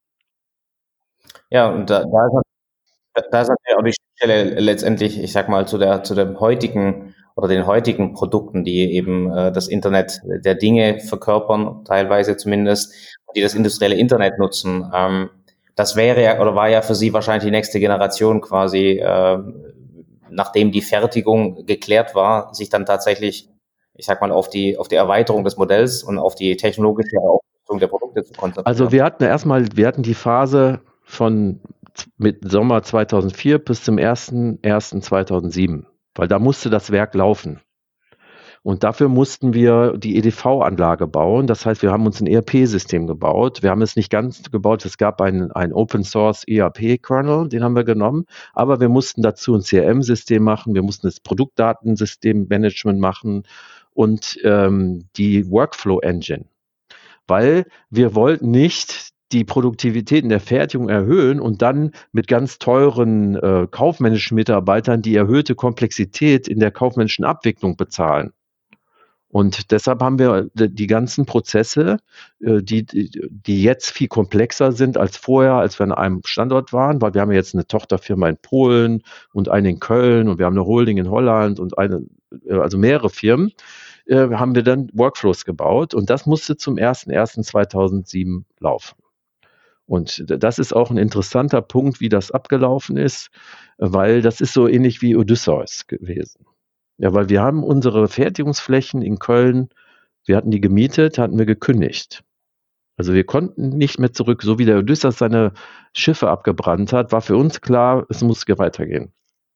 Ja, und da, da ist Da ist natürlich auch die Stelle letztendlich, ich sag mal, zu der, zu dem heutigen oder den heutigen Produkten, die eben äh, das Internet der Dinge verkörpern, teilweise zumindest, die das industrielle Internet nutzen. Ähm, das wäre ja oder war ja für Sie wahrscheinlich die nächste Generation quasi, äh, nachdem die Fertigung geklärt war, sich dann tatsächlich, ich sag mal, auf die, auf die Erweiterung des Modells und auf die technologische Aufrüstung der Produkte zu konzentrieren. Also wir hatten erstmal, wir hatten die Phase von mit Sommer zweitausendvier bis zum ersten ersten zweitausendsieben, weil da musste das Werk laufen. Und dafür mussten wir die E D V-Anlage bauen. Das heißt, wir haben uns ein E R P-System gebaut. Wir haben es nicht ganz gebaut. Es gab ein, ein Open-Source-E R P-Kernel, den haben wir genommen. Aber wir mussten dazu ein C R M-System machen. Wir mussten das Produktdatensystem-Management machen und ähm, die Workflow-Engine. Weil wir wollten nicht die Produktivität in der Fertigung erhöhen und dann mit ganz teuren äh, kaufmännischen Mitarbeitern die erhöhte Komplexität in der kaufmännischen Abwicklung bezahlen. Und deshalb haben wir die ganzen Prozesse, äh, die, die jetzt viel komplexer sind als vorher, als wir an einem Standort waren, weil wir haben jetzt eine Tochterfirma in Polen und eine in Köln und wir haben eine Holding in Holland und eine, also mehrere Firmen, äh, haben wir dann Workflows gebaut und das musste zum ersten ersten zweitausendsieben laufen. Und das ist auch ein interessanter Punkt, wie das abgelaufen ist, weil das ist so ähnlich wie Odysseus gewesen. Ja, weil wir haben unsere Fertigungsflächen in Köln, wir hatten die gemietet, hatten wir gekündigt. Also wir konnten nicht mehr zurück, so wie der Odysseus seine Schiffe abgebrannt hat, war für uns klar, es muss weitergehen.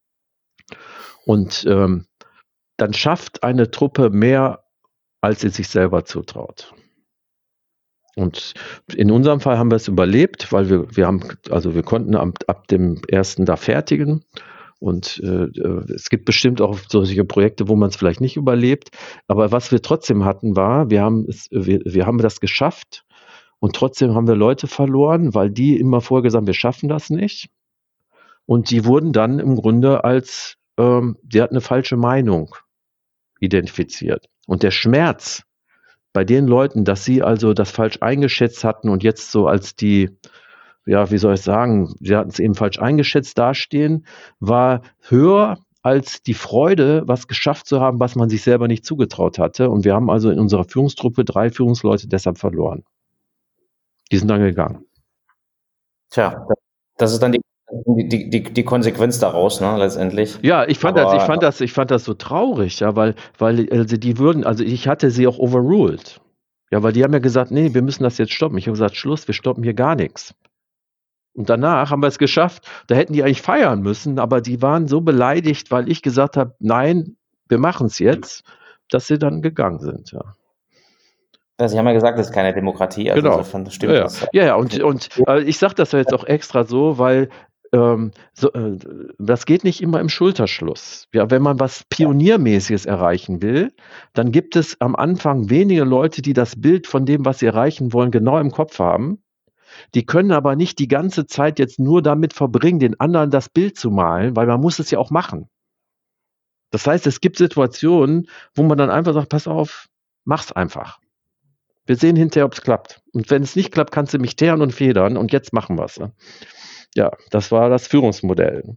Und ähm, dann schafft eine Truppe mehr, als sie sich selber zutraut. Und in unserem Fall haben wir es überlebt, weil wir, wir haben, also wir konnten ab, ab dem ersten da fertigen. Und äh, es gibt bestimmt auch solche Projekte, wo man es vielleicht nicht überlebt. Aber was wir trotzdem hatten, war, wir haben es, wir, wir haben das geschafft und trotzdem haben wir Leute verloren, weil die immer vorher gesagt haben, wir schaffen das nicht. Und die wurden dann im Grunde als, ähm, die hatten eine falsche Meinung identifiziert. Und der Schmerz bei den Leuten, dass sie also das falsch eingeschätzt hatten und jetzt so als die, ja, wie soll ich sagen, sie hatten es eben falsch eingeschätzt dastehen, war höher als die Freude, was geschafft zu haben, was man sich selber nicht zugetraut hatte. Und wir haben also in unserer Führungstruppe drei Führungsleute deshalb verloren. Die sind dann gegangen. Tja, das ist dann die, die, die, die Konsequenz daraus, ne, letztendlich. Ja, ich fand Aber, das, ich fand das, ich fand das so traurig, ja, weil, weil also die würden, also ich hatte sie auch overruled. Ja, weil die haben ja gesagt, nee, wir müssen das jetzt stoppen. Ich habe gesagt, Schluss, wir stoppen hier gar nichts. Und danach haben wir es geschafft. Da hätten die eigentlich feiern müssen, aber die waren so beleidigt, weil ich gesagt habe, nein, wir machen es jetzt, dass sie dann gegangen sind, ja. Sie haben ja gesagt, das ist keine Demokratie. Also genau. insofern stimmt ja, das. Ja, ja, und, und äh, ich sage das ja jetzt auch extra so, weil ähm, so, äh, das geht nicht immer im Schulterschluss. Ja, wenn man was Pioniermäßiges erreichen will, dann gibt es am Anfang wenige Leute, die das Bild von dem, was sie erreichen wollen, genau im Kopf haben. Die können aber nicht die ganze Zeit jetzt nur damit verbringen, den anderen das Bild zu malen, weil man muss es ja auch machen. Das heißt, es gibt Situationen, wo man dann einfach sagt, pass auf, mach's einfach. Wir sehen hinterher, ob es klappt. Und wenn es nicht klappt, kannst du mich teeren und federn und jetzt machen wir es. Ne? Ja, das war das Führungsmodell.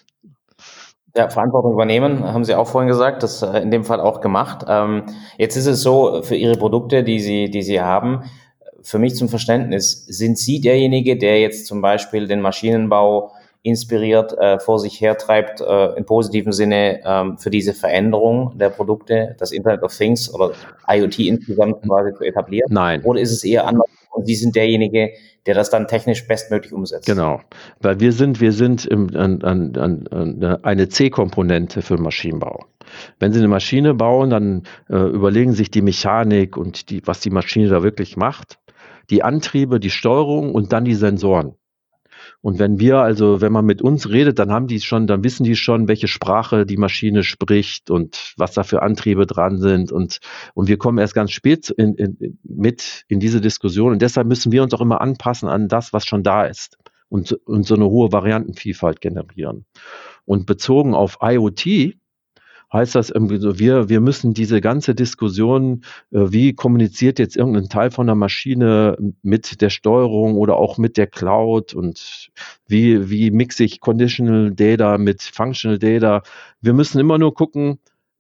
Ja, Verantwortung übernehmen, haben Sie auch vorhin gesagt, das äh, in dem Fall auch gemacht. Ähm, jetzt ist es so, für Ihre Produkte, die Sie, die Sie haben, für mich zum Verständnis, sind Sie derjenige, der jetzt zum Beispiel den Maschinenbau inspiriert, äh, vor sich hertreibt, äh, im positiven Sinne ähm, für diese Veränderung der Produkte, das Internet of Things oder IoT insgesamt quasi zu etablieren? Nein. Oder ist es eher anders und Sie sind derjenige, der das dann technisch bestmöglich umsetzt? Genau, weil wir sind, wir sind im, an, an, an, eine C-Komponente für Maschinenbau. Wenn Sie eine Maschine bauen, dann äh, überlegen sich die Mechanik und die, was die Maschine da wirklich macht, die Antriebe, die Steuerung und dann die Sensoren. Und wenn wir also, wenn man mit uns redet, dann haben die schon, dann wissen die schon, welche Sprache die Maschine spricht und was da für Antriebe dran sind. Und, und wir kommen erst ganz spät in, in, mit in diese Diskussion. Und deshalb müssen wir uns auch immer anpassen an das, was schon da ist und, und so eine hohe Variantenvielfalt generieren. Und bezogen auf IoT heißt das irgendwie so, wir, wir müssen diese ganze Diskussion, äh, wie kommuniziert jetzt irgendein Teil von der Maschine mit der Steuerung oder auch mit der Cloud und wie, wie mixe ich Conditional Data mit Functional Data. Wir müssen immer nur gucken,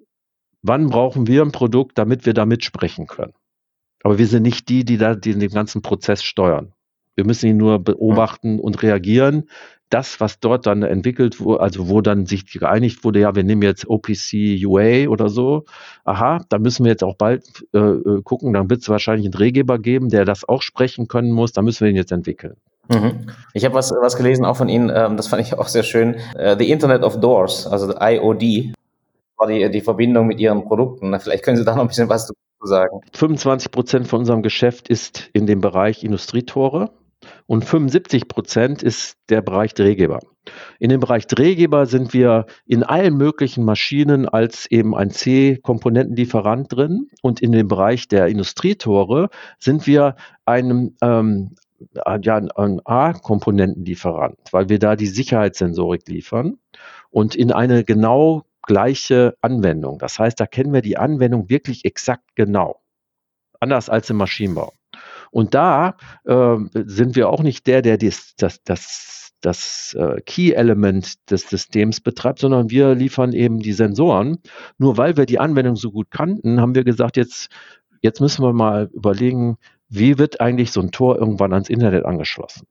wann brauchen wir ein Produkt, damit wir da mitsprechen können. Aber wir sind nicht die, die da die den ganzen Prozess steuern. Wir müssen ihn nur beobachten und reagieren. Das, was dort dann entwickelt wurde, also wo dann sich geeinigt wurde, ja, wir nehmen jetzt O P C U A oder so, aha, da müssen wir jetzt auch bald äh, gucken, dann wird es wahrscheinlich einen Drehgeber geben, der das auch sprechen können muss, da müssen wir ihn jetzt entwickeln. Mhm. Ich habe was, was gelesen, auch von Ihnen, ähm, das fand ich auch sehr schön, uh, The Internet of Doors, also I O D, war die, die Verbindung mit Ihren Produkten. Vielleicht können Sie da noch ein bisschen was dazu sagen. fünfundzwanzig Prozent von unserem Geschäft ist in dem Bereich Industrietore. Und fünfundsiebzig Prozent ist der Bereich Drehgeber. In dem Bereich Drehgeber sind wir in allen möglichen Maschinen als eben ein C-Komponentenlieferant drin. Und in dem Bereich der Industrietore sind wir einem, ähm, ja, ein A-Komponentenlieferant, weil wir da die Sicherheitssensorik liefern und in eine genau gleiche Anwendung. Das heißt, da kennen wir die Anwendung wirklich exakt genau. Anders als im Maschinenbau. Und da äh, sind wir auch nicht der, der dies, das, das, das äh, Key-Element des Systems betreibt, sondern wir liefern eben die Sensoren. Nur weil wir die Anwendung so gut kannten, haben wir gesagt, jetzt, jetzt müssen wir mal überlegen, wie wird eigentlich so ein Tor irgendwann ans Internet angeschlossen?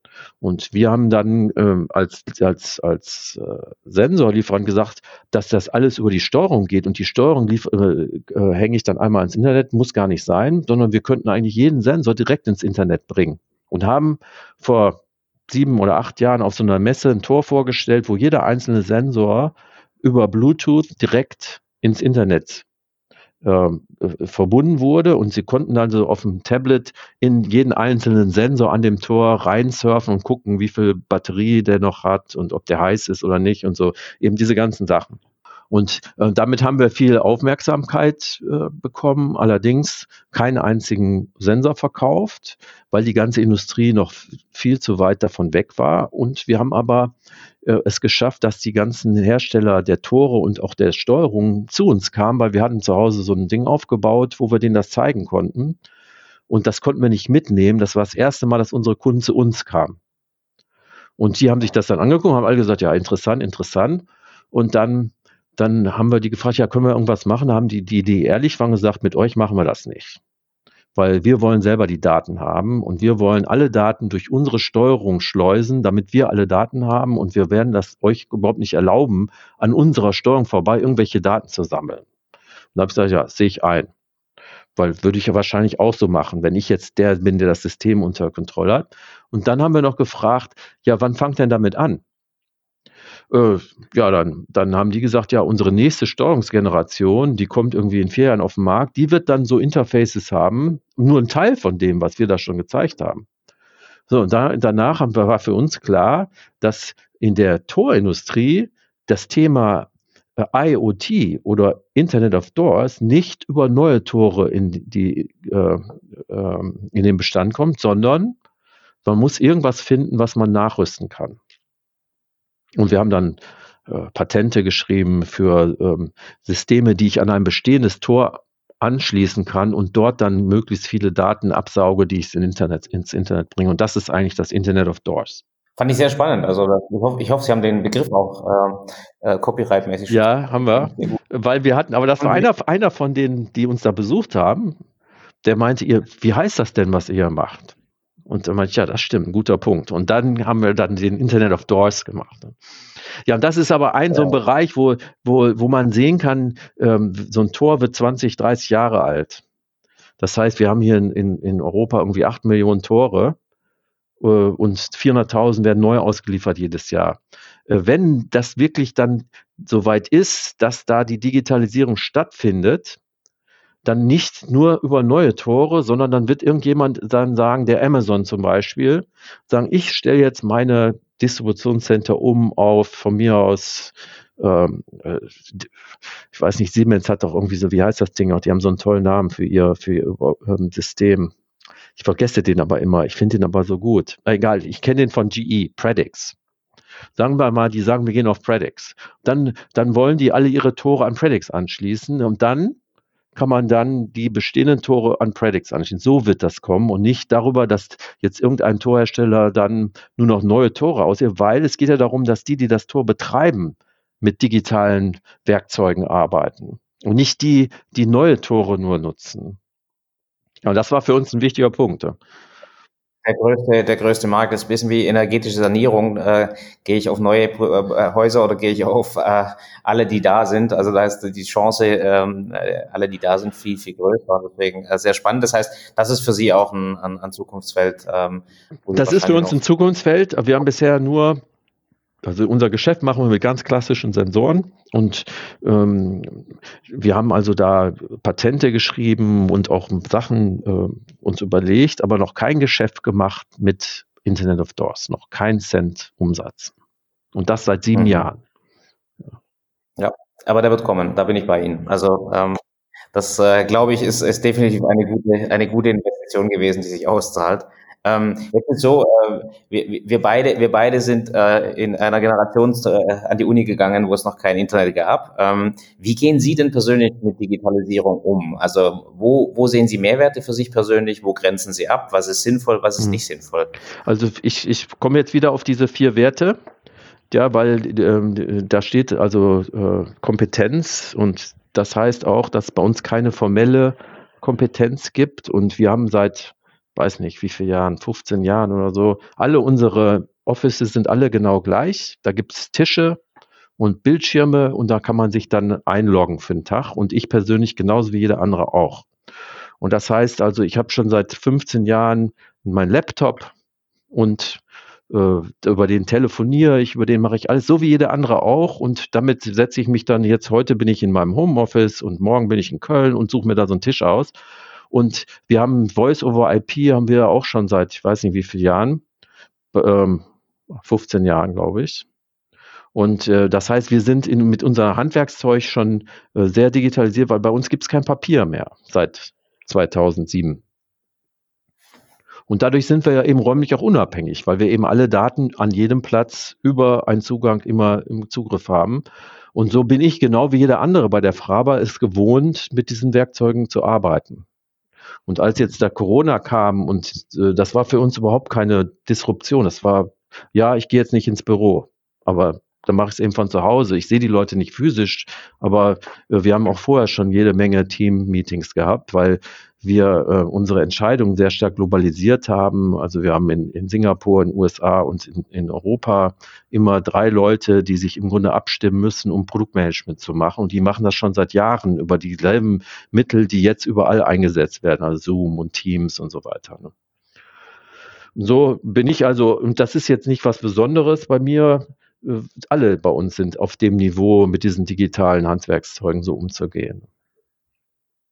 Und wir haben dann ähm, als, als, als äh, Sensorlieferant gesagt, dass das alles über die Steuerung geht und die Steuerung lief, äh, äh, hänge ich dann einmal ins Internet, muss gar nicht sein, sondern wir könnten eigentlich jeden Sensor direkt ins Internet bringen und haben vor sieben oder acht Jahren auf so einer Messe ein Tor vorgestellt, wo jeder einzelne Sensor über Bluetooth direkt ins Internet Äh, verbunden wurde und sie konnten dann so auf dem Tablet in jeden einzelnen Sensor an dem Tor reinsurfen und gucken, wie viel Batterie der noch hat und ob der heiß ist oder nicht und so, eben diese ganzen Sachen. Und äh, damit haben wir viel Aufmerksamkeit äh, bekommen, allerdings keinen einzigen Sensor verkauft, weil die ganze Industrie noch viel zu weit davon weg war. Und wir haben aber äh, es geschafft, dass die ganzen Hersteller der Tore und auch der Steuerung zu uns kamen, weil wir hatten zu Hause so ein Ding aufgebaut, wo wir denen das zeigen konnten. Und das konnten wir nicht mitnehmen. Das war das erste Mal, dass unsere Kunden zu uns kamen. Und die haben sich das dann angeguckt, haben alle gesagt, ja, interessant, interessant. Und dann Dann haben wir die gefragt, ja, können wir irgendwas machen? Da haben die, die, die ehrlich waren, gesagt, mit euch machen wir das nicht. Weil wir wollen selber die Daten haben und wir wollen alle Daten durch unsere Steuerung schleusen, damit wir alle Daten haben und wir werden das euch überhaupt nicht erlauben, an unserer Steuerung vorbei irgendwelche Daten zu sammeln. Und da habe ich gesagt, ja, sehe ich ein. Weil würde ich ja wahrscheinlich auch so machen, wenn ich jetzt der bin, der das System unter Kontrolle hat. Und dann haben wir noch gefragt, ja, wann fangt denn damit an? Äh, ja, dann, dann haben die gesagt, ja, unsere nächste Steuerungsgeneration, die kommt irgendwie in vier Jahren auf den Markt, die wird dann so Interfaces haben, nur ein Teil von dem, was wir da schon gezeigt haben. So, und da, danach haben wir, war für uns klar, dass in der Torindustrie das Thema I O T oder Internet of Doors nicht über neue Tore in, die, äh, äh, in den Bestand kommt, sondern man muss irgendwas finden, was man nachrüsten kann. Und wir haben dann äh, Patente geschrieben für ähm, Systeme, die ich an ein bestehendes Tor anschließen kann und dort dann möglichst viele Daten absauge, die ich ins Internet, ins Internet bringe. Und das ist eigentlich das Internet of Doors. Fand ich sehr spannend. Also ich hoffe, ich hoffe Sie haben den Begriff auch äh, äh, copyright-mäßig. Ja, haben wir. Weil wir hatten, aber das war einer, einer von denen, die uns da besucht haben, der meinte, ihr, wie heißt das denn, was ihr macht? Und dann meinte ich, ja, das stimmt, ein guter Punkt. Und dann haben wir dann den Internet of Doors gemacht. Ja, und das ist aber ein so ein Bereich, wo, wo, wo man sehen kann, ähm, so ein Tor wird zwanzig, dreißig Jahre alt. Das heißt, wir haben hier in, in, in Europa irgendwie acht Millionen Tore äh, und vierhunderttausend werden neu ausgeliefert jedes Jahr. Äh, wenn das wirklich dann soweit ist, dass da die Digitalisierung stattfindet, dann nicht nur über neue Tore, sondern dann wird irgendjemand dann sagen, der Amazon zum Beispiel, sagen, ich stelle jetzt meine Distributionscenter um auf, von mir aus, ähm, ich weiß nicht, Siemens hat doch irgendwie so, wie heißt das Ding auch, die haben so einen tollen Namen für ihr, für ihr ähm, System. Ich vergesse den aber immer, ich finde den aber so gut. Egal, ich kenne den von G E, Predix. Sagen wir mal, die sagen, wir gehen auf Predix. Dann, dann wollen die alle ihre Tore an Predix anschließen und dann kann man dann die bestehenden Tore an Predix anschließen. So wird das kommen und nicht darüber, dass jetzt irgendein Torhersteller dann nur noch neue Tore aussieht, weil es geht ja darum, dass die, die das Tor betreiben, mit digitalen Werkzeugen arbeiten und nicht die, die neue Tore nur nutzen. Und das war für uns ein wichtiger Punkt. Der größte, der größte Markt ist, wissen wie energetische Sanierung, äh, gehe ich auf neue äh, Häuser oder gehe ich auf äh, alle, die da sind. Also da ist die Chance, ähm, alle, die da sind, viel, viel größer. Deswegen äh, sehr spannend. Das heißt, das ist für Sie auch ein, ein, ein Zukunftsfeld. Ähm, das ist für uns ein Zukunftsfeld. Wir haben bisher nur, also unser Geschäft machen wir mit ganz klassischen Sensoren und ähm, wir haben also da Patente geschrieben und auch Sachen äh, uns überlegt, aber noch kein Geschäft gemacht mit Internet of Doors, noch kein Cent Umsatz. Und das seit sieben mhm. Jahren. Ja. ja, aber der wird kommen, da bin ich bei Ihnen. Also ähm, das, äh, glaube ich, ist, ist definitiv eine gute, eine gute Investition gewesen, die sich auszahlt. Ähm, jetzt ist so, äh, wir, wir beide, wir beide sind äh, in einer Generation äh, an die Uni gegangen, wo es noch kein Internet gab. Ähm, wie gehen Sie denn persönlich mit Digitalisierung um? Also wo, wo sehen Sie Mehrwerte für sich persönlich? Wo grenzen Sie ab? Was ist sinnvoll? Was ist hm. nicht sinnvoll? Also ich, ich komme jetzt wieder auf diese vier Werte. Ja, weil äh, da steht also äh, Kompetenz und das heißt auch, dass es bei uns keine formelle Kompetenz gibt und wir haben seit weiß nicht, wie viele Jahren, fünfzehn Jahren oder so. Alle unsere Offices sind alle genau gleich. Da gibt es Tische und Bildschirme und da kann man sich dann einloggen für den Tag und ich persönlich genauso wie jeder andere auch. Und das heißt also, ich habe schon seit fünfzehn Jahren meinen Laptop und äh, über den telefoniere ich, über den mache ich alles, so wie jeder andere auch und damit setze ich mich dann jetzt, heute bin ich in meinem Homeoffice und morgen bin ich in Köln und suche mir da so einen Tisch aus. Und wir haben Voice-over-I P haben wir auch schon seit, ich weiß nicht wie vielen Jahren, ähm, fünfzehn Jahren, glaube ich. Und äh, das heißt, wir sind in, mit unserem Handwerkszeug schon äh, sehr digitalisiert, weil bei uns gibt es kein Papier mehr seit zweitausendsieben. Und dadurch sind wir ja eben räumlich auch unabhängig, weil wir eben alle Daten an jedem Platz über einen Zugang immer im Zugriff haben. Und so bin ich genau wie jeder andere bei der Fraba es gewohnt, mit diesen Werkzeugen zu arbeiten. Und als jetzt da Corona kam und äh, das war für uns überhaupt keine Disruption. Das war, ja, ich gehe jetzt nicht ins Büro, aber dann mache ich es eben von zu Hause. Ich sehe die Leute nicht physisch, aber äh, wir haben auch vorher schon jede Menge Team-Meetings gehabt, weil wir äh, unsere Entscheidungen sehr stark globalisiert haben. Also wir haben in, in Singapur, in den U S A und in, in Europa immer drei Leute, die sich im Grunde abstimmen müssen, um Produktmanagement zu machen. Und die machen das schon seit Jahren über dieselben Mittel, die jetzt überall eingesetzt werden, also Zoom und Teams und so weiter. Ne? So bin ich also, und das ist jetzt nicht was Besonderes bei mir, alle bei uns sind auf dem Niveau, mit diesen digitalen Handwerkszeugen so umzugehen.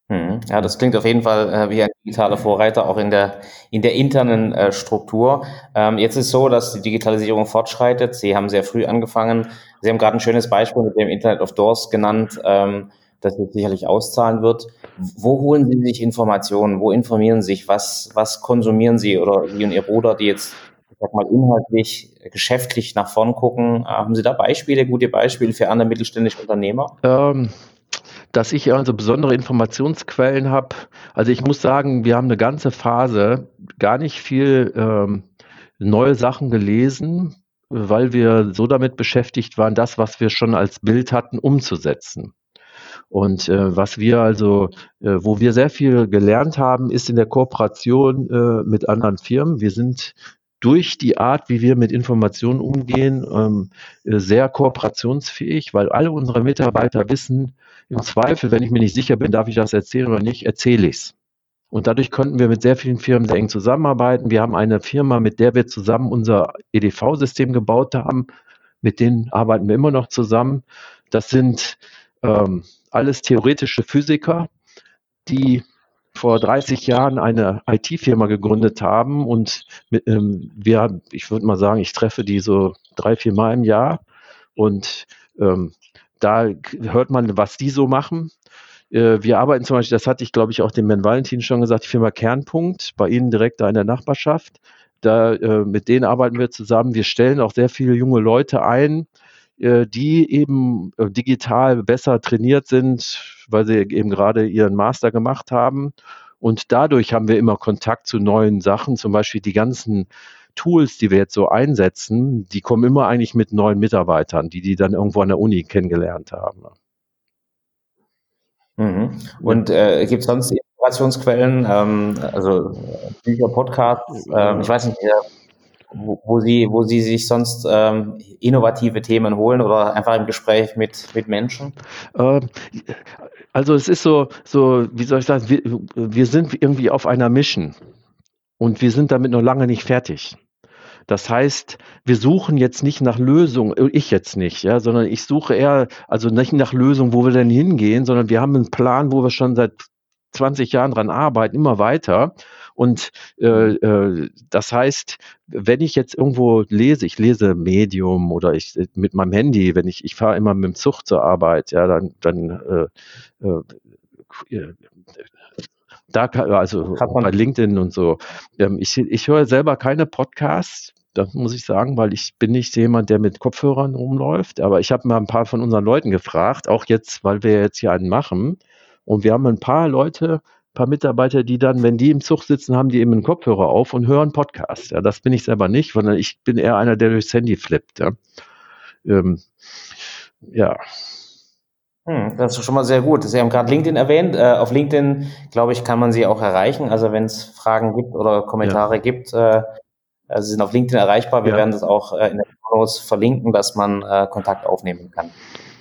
Hm. Ja, das klingt auf jeden Fall äh, wie ein digitaler Vorreiter, auch in der, in der internen äh, Struktur. Ähm, jetzt ist so, dass die Digitalisierung fortschreitet. Sie haben sehr früh angefangen. Sie haben gerade ein schönes Beispiel mit dem Internet of Doors genannt, ähm, das jetzt sicherlich auszahlen wird. Wo holen Sie sich Informationen? Wo informieren Sie sich? Was, was konsumieren Sie oder Sie und Ihr Bruder, die jetzt, ich sag mal, inhaltlich, geschäftlich nach vorn gucken? Äh, haben Sie da Beispiele, gute Beispiele für andere mittelständische Unternehmer? Ähm, dass ich also besondere Informationsquellen habe. Also ich muss sagen, wir haben eine ganze Phase gar nicht viel ähm, neue Sachen gelesen, weil wir so damit beschäftigt waren, das, was wir schon als Bild hatten, umzusetzen. Und äh, was wir also, äh, wo wir sehr viel gelernt haben, ist in der Kooperation äh, mit anderen Firmen. Wir sind durch die Art, wie wir mit Informationen umgehen, ähm, äh, sehr kooperationsfähig, weil alle unsere Mitarbeiter wissen, im Zweifel, wenn ich mir nicht sicher bin, darf ich das erzählen oder nicht, erzähle ich es. Und dadurch konnten wir mit sehr vielen Firmen sehr eng zusammenarbeiten. Wir haben eine Firma, mit der wir zusammen unser E D V-System gebaut haben. Mit denen arbeiten wir immer noch zusammen. Das sind ähm, alles theoretische Physiker, die vor dreißig Jahren eine I T-Firma gegründet haben und mit, ähm, wir, ich würde mal sagen, ich treffe die so drei, vier Mal im Jahr und ähm, da hört man, was die so machen. Äh, wir arbeiten zum Beispiel, das hatte ich glaube ich auch dem Herrn Valentin schon gesagt, die Firma Kernpunkt, bei Ihnen direkt da in der Nachbarschaft. Da, äh, mit denen arbeiten wir zusammen. Wir stellen auch sehr viele junge Leute ein, äh, die eben äh, digital besser trainiert sind, weil sie eben gerade ihren Master gemacht haben. Und dadurch haben wir immer Kontakt zu neuen Sachen, zum Beispiel die ganzen Tools, die wir jetzt so einsetzen, die kommen immer eigentlich mit neuen Mitarbeitern, die die dann irgendwo an der Uni kennengelernt haben. Mhm. Und äh, gibt es sonst Inspirationsquellen, ähm, also Bücher, Podcasts, ähm, ich weiß nicht, äh, wo, wo Sie, wo Sie sich sonst ähm, innovative Themen holen oder einfach im Gespräch mit, mit Menschen? Äh, also es ist so, so, wie soll ich sagen, wir, wir sind irgendwie auf einer Mission und wir sind damit noch lange nicht fertig. Das heißt, wir suchen jetzt nicht nach Lösungen, ich jetzt nicht, ja, sondern ich suche eher, also nicht nach Lösungen, wo wir denn hingehen, sondern wir haben einen Plan, wo wir schon seit zwanzig Jahren dran arbeiten, immer weiter. Und äh, äh, das heißt, wenn ich jetzt irgendwo lese, ich lese Medium oder ich mit meinem Handy, wenn ich, ich fahre immer mit dem Zug zur Arbeit, ja, dann, dann äh, äh, da kann, also bei LinkedIn und so. Ähm, ich, ich höre selber keine Podcasts, das muss ich sagen, weil ich bin nicht jemand, der mit Kopfhörern rumläuft. Aber ich habe mal ein paar von unseren Leuten gefragt, auch jetzt, weil wir jetzt hier einen machen. Und wir haben ein paar Leute, ein paar Mitarbeiter, die dann, wenn die im Zug sitzen, haben die eben einen Kopfhörer auf und hören Podcasts. Ja, das bin ich selber nicht, sondern ich bin eher einer, der durchs Handy flippt. Ja. Ähm, ja. Hm, das ist schon mal sehr gut. Sie haben gerade LinkedIn erwähnt. Äh, auf LinkedIn, glaube ich, kann man Sie auch erreichen. Also wenn es Fragen gibt oder Kommentare ja. gibt, äh, Sie sind auf LinkedIn erreichbar. Wir ja. werden das auch äh, in den Videos verlinken, dass man äh, Kontakt aufnehmen kann.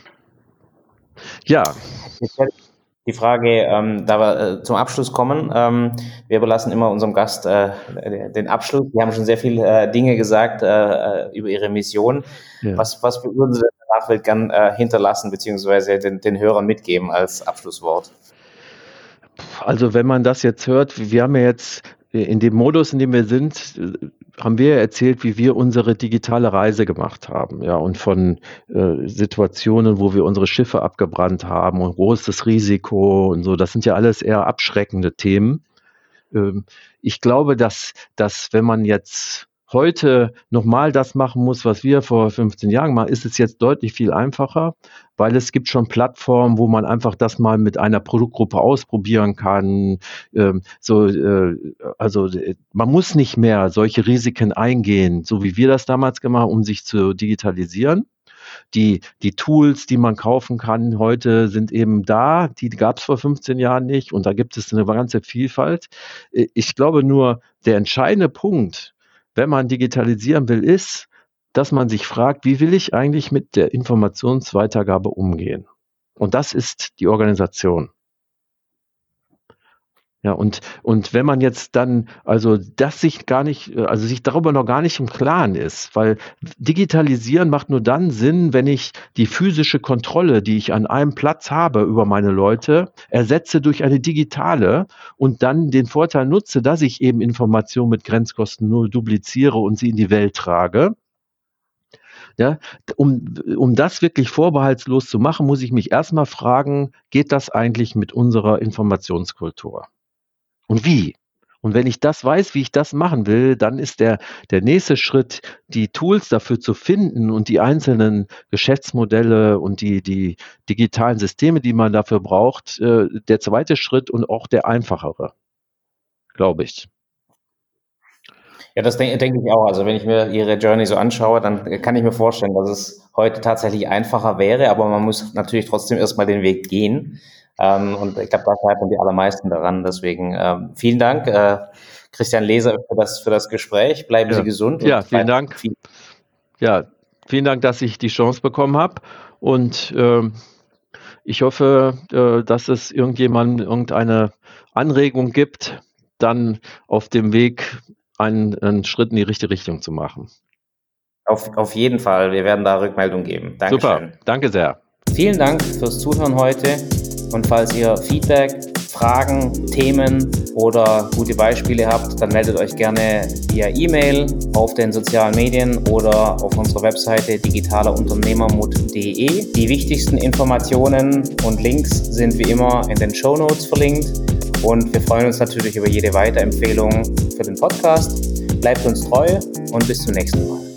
Ja. Die Frage, ähm, da wir äh, zum Abschluss kommen, ähm, wir überlassen immer unserem Gast äh, den Abschluss. Wir haben schon sehr viele äh, Dinge gesagt äh, über Ihre Mission. Ja. Was, was würden Sie der Nachwelt gern äh, hinterlassen, beziehungsweise den, den Hörern mitgeben als Abschlusswort? Also wenn man das jetzt hört, wir haben ja jetzt in dem Modus, in dem wir sind, haben wir erzählt, wie wir unsere digitale Reise gemacht haben, ja, und von äh, Situationen, wo wir unsere Schiffe abgebrannt haben und großes Risiko und so. Das sind ja alles eher abschreckende Themen. Ähm, ich glaube, dass, dass wenn man jetzt heute nochmal das machen muss, was wir vor fünfzehn Jahren machen, ist es jetzt deutlich viel einfacher, weil es gibt schon Plattformen, wo man einfach das mal mit einer Produktgruppe ausprobieren kann. Ähm, so, äh, also man muss nicht mehr solche Risiken eingehen, so wie wir das damals gemacht haben, um sich zu digitalisieren. Die, die Tools, die man kaufen kann heute, sind eben da. Die gab es vor fünfzehn Jahren nicht und da gibt es eine ganze Vielfalt. Ich glaube nur, der entscheidende Punkt, wenn man digitalisieren will, ist, dass man sich fragt, wie will ich eigentlich mit der Informationsweitergabe umgehen? Und das ist die Organisation. Ja, und, und wenn man jetzt dann, also das sich gar nicht, also sich darüber noch gar nicht im Klaren ist, weil digitalisieren macht nur dann Sinn, wenn ich die physische Kontrolle, die ich an einem Platz habe über meine Leute, ersetze durch eine digitale und dann den Vorteil nutze, dass ich eben Informationen mit Grenzkosten null dupliziere und sie in die Welt trage. Ja, um, um das wirklich vorbehaltslos zu machen, muss ich mich erstmal fragen, geht das eigentlich mit unserer Informationskultur? Und wie? Und wenn ich das weiß, wie ich das machen will, dann ist der, der nächste Schritt, die Tools dafür zu finden und die einzelnen Geschäftsmodelle und die, die digitalen Systeme, die man dafür braucht, äh, der zweite Schritt und auch der einfachere, glaube ich. Ja, das denke denk ich auch. Also wenn ich mir Ihre Journey so anschaue, dann kann ich mir vorstellen, dass es heute tatsächlich einfacher wäre, aber man muss natürlich trotzdem erstmal den Weg gehen. Ähm, und ich glaube, da scheitern die allermeisten daran. Deswegen ähm, vielen Dank, äh, Christian Leser, für das, für das Gespräch. Bleiben ja. Sie gesund. Ja, vielen Dank. Viel. Ja, vielen Dank, dass ich die Chance bekommen habe. Und ähm, ich hoffe, äh, dass es irgendjemandem irgendeine Anregung gibt, dann auf dem Weg einen, einen Schritt in die richtige Richtung zu machen. Auf, auf jeden Fall. Wir werden da Rückmeldung geben. Dankeschön. Super, danke sehr. Vielen Dank fürs Zuhören heute. Und falls ihr Feedback, Fragen, Themen oder gute Beispiele habt, dann meldet euch gerne via E-Mail auf den sozialen Medien oder auf unserer Webseite digitaler unternehmermut punkt de. Die wichtigsten Informationen und Links sind wie immer in den Shownotes verlinkt. Und wir freuen uns natürlich über jede Weiterempfehlung für den Podcast. Bleibt uns treu und bis zum nächsten Mal.